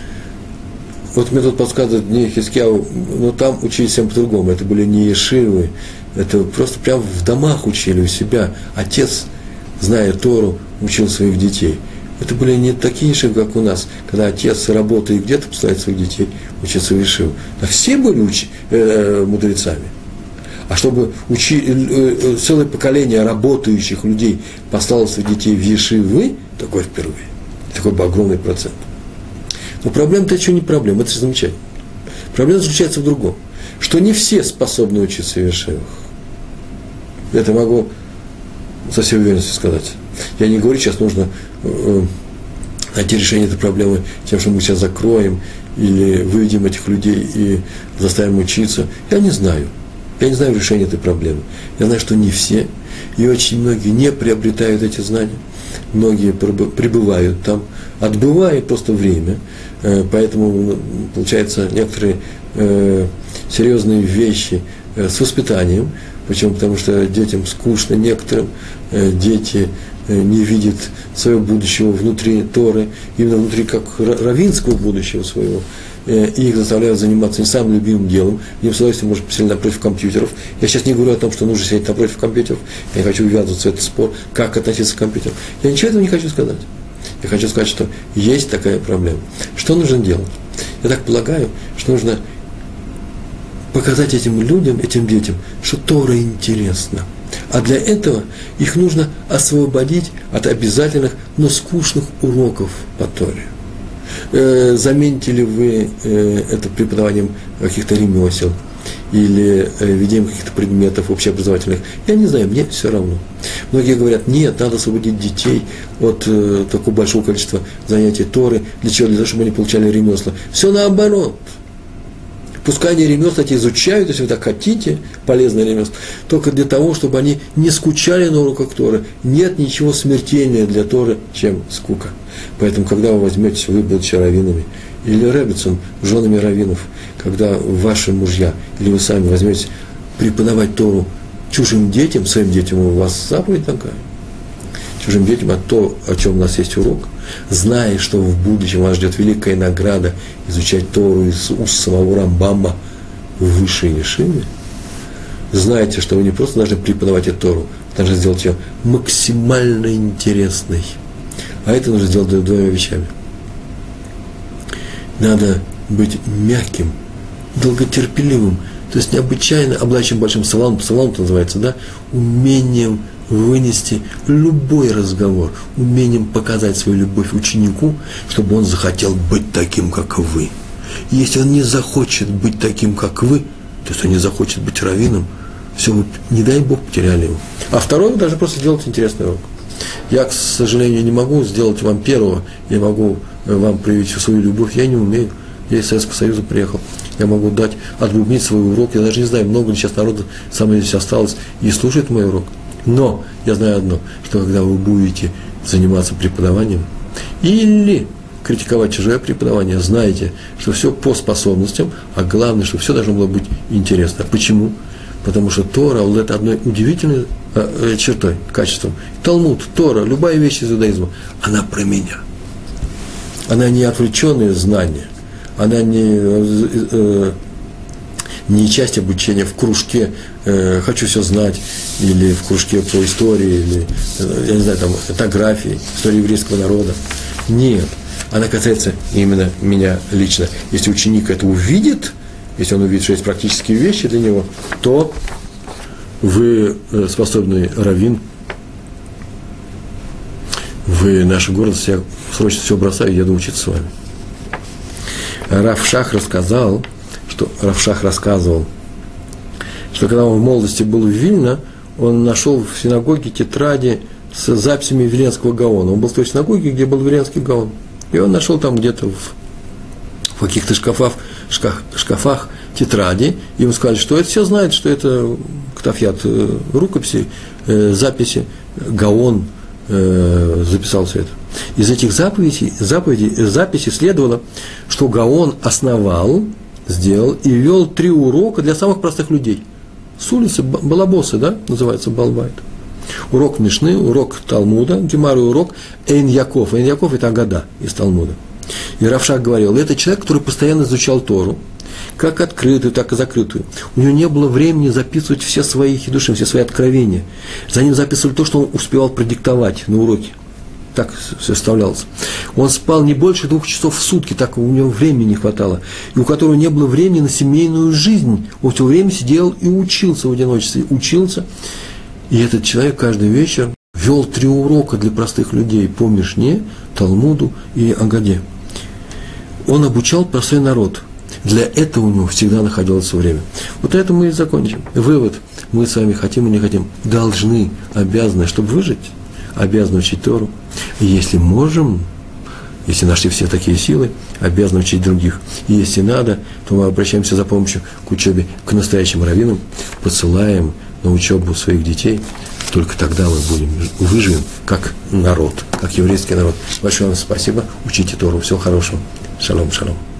вот мне тут подсказывают Дни Хискияу, но там учились всем по-другому, это были не ешивы, это просто прямо в домах учили у себя. Отец, зная Тору, учил своих детей. Это были не такие ешивы, как у нас, когда отец работает где-то, посылает своих детей учиться в ешиву. А все были мудрецами. А чтобы целое поколение работающих людей послало своих детей в ешивы, такое впервые. Такой бы огромный процент. Но проблема-то еще не проблема, это же замечательно. Проблема заключается в другом, что не все способны учиться в ешивах. Это могу со всей уверенностью сказать. Я не говорю, сейчас нужно найти решение этой проблемы тем, что мы сейчас закроем или выведем этих людей и заставим учиться. Я не знаю. Я не знаю решения этой проблемы. Я знаю, что не все, и очень многие не приобретают эти знания. Многие пребывают там, отбывают просто время. Поэтому, получается, некоторые серьезные вещи с воспитанием. Почему? Потому что детям скучно, некоторым дети не видят своего будущего внутри Торы, именно внутри как раввинского будущего своего. И их заставляют заниматься не самым любимым делом, не с удовольствием может посидеть напротив компьютеров. Я сейчас не говорю о том, что нужно сидеть напротив компьютеров, я не хочу ввязываться в этот спор, как относиться к компьютерам. Я ничего этого не хочу сказать. Я хочу сказать, что есть такая проблема. Что нужно делать? Я так полагаю, что нужно показать этим людям, этим детям, что Тора интересна. А для этого их нужно освободить от обязательных, но скучных уроков по Торе. Замените ли вы это преподаванием каких-то ремесел или ведением каких-то предметов общеобразовательных? Я не знаю, мне все равно. Многие говорят, нет, надо освободить детей от такого большого количества занятий Торы. Для чего? Для того, чтобы они получали ремесла. Все наоборот. Пускай они ремесла эти изучают, если вы так хотите, полезные ремесла, только для того, чтобы они не скучали на уроках Торы. Нет ничего смертельнее для Торы, чем скука. Поэтому, когда вы возьметесь, вы будете раввинами, или ребецом, женами раввинов, когда ваши мужья, или вы сами возьметесь преподавать Тору чужим детям, своим детям, у вас заповедь такая, чужим детям, а то, о чем у нас есть урок, зная, что в будущем вас ждет великая награда изучать Тору из уст самого Рамбама в высшей ешиве, знаете, что вы не просто должны преподавать эту Тору, должны сделать ее максимально интересной. А это нужно сделать двумя вещами. Надо быть мягким, долготерпеливым, то есть необычайно обладающим большим салам это называется, да, умением вынести любой разговор, умением показать свою любовь ученику, чтобы он захотел быть таким, как вы. И если он не захочет быть таким, как вы, то есть он не захочет быть раввином, все, вы, не дай Бог, потеряли его. А второе, вы даже просто сделать интересный урок. Я, к сожалению, не могу сделать вам первого, я могу вам проявить всю свою любовь, я не умею. Я из Советского Союза приехал, я могу дать, отбубнить свой урок, я даже не знаю, много ли сейчас народу со мной здесь осталось и слушает мой урок. Но я знаю одно, что когда вы будете заниматься преподаванием или критиковать чужое преподавание, знаете, что все по способностям, а главное, что все должно было быть интересно. Почему? Потому что Тора – это одной удивительной чертой, качеством. Талмуд, Тора, любая вещь из иудаизма, она про меня. Она не отвлеченные знания, она не часть обучения в кружке «хочу все знать», или в кружке по истории, или, я не знаю, там, этнографии, истории еврейского народа. Нет, она касается именно меня лично. Если ученик это увидит, если он увидит, что есть практические вещи для него, то вы способный раввин, вы наша гордость, я срочно все бросаю и еду учиться с вами. Рав Шах рассказывал, что когда он в молодости был в Вильно, он нашел в синагоге тетради с записями Виленского Гаона. Он был в той синагоге, где был Виленский Гаон. И он нашел там где-то в каких-то шкафах тетради. И ему сказали, что это все знают, что это ктафьят рукописи, записи. Гаон записал все это. Из этих записей следовало, что Гаон основал, сделал и вел 3 урока для самых простых людей. С улицы балабосы, да, называется балбайт. Урок Мишны, урок Талмуда, Гемара, урок Эйн Яков. Эйн Яков – это Агада из Талмуда. И Рав Шах говорил, это человек, который постоянно изучал Тору, как открытую, так и закрытую. У него не было времени записывать все свои хидушим, все свои откровения. За ним записывали то, что он успевал продиктовать на уроке. Так все составлялось. Он спал не больше 2 часов в сутки, так у него времени не хватало. И у которого не было времени на семейную жизнь. Он все время сидел и учился в одиночестве. Учился. И этот человек каждый вечер вел 3 урока для простых людей по Мишне, Талмуду и Агаде. Он обучал простой народ. Для этого у него всегда находилось время. Вот это мы и закончим. Вывод. Мы с вами хотим и не хотим. Должны, обязаны, чтобы выжить, обязаны учить Тору. И если можем, если нашли все такие силы, обязаны учить других. И если надо, то мы обращаемся за помощью к учебе к настоящим раввинам, посылаем на учебу своих детей. Только тогда мы выживем как народ, как еврейский народ. Большое вам спасибо. Учите Тору. Всего хорошего. Шалом, шалом.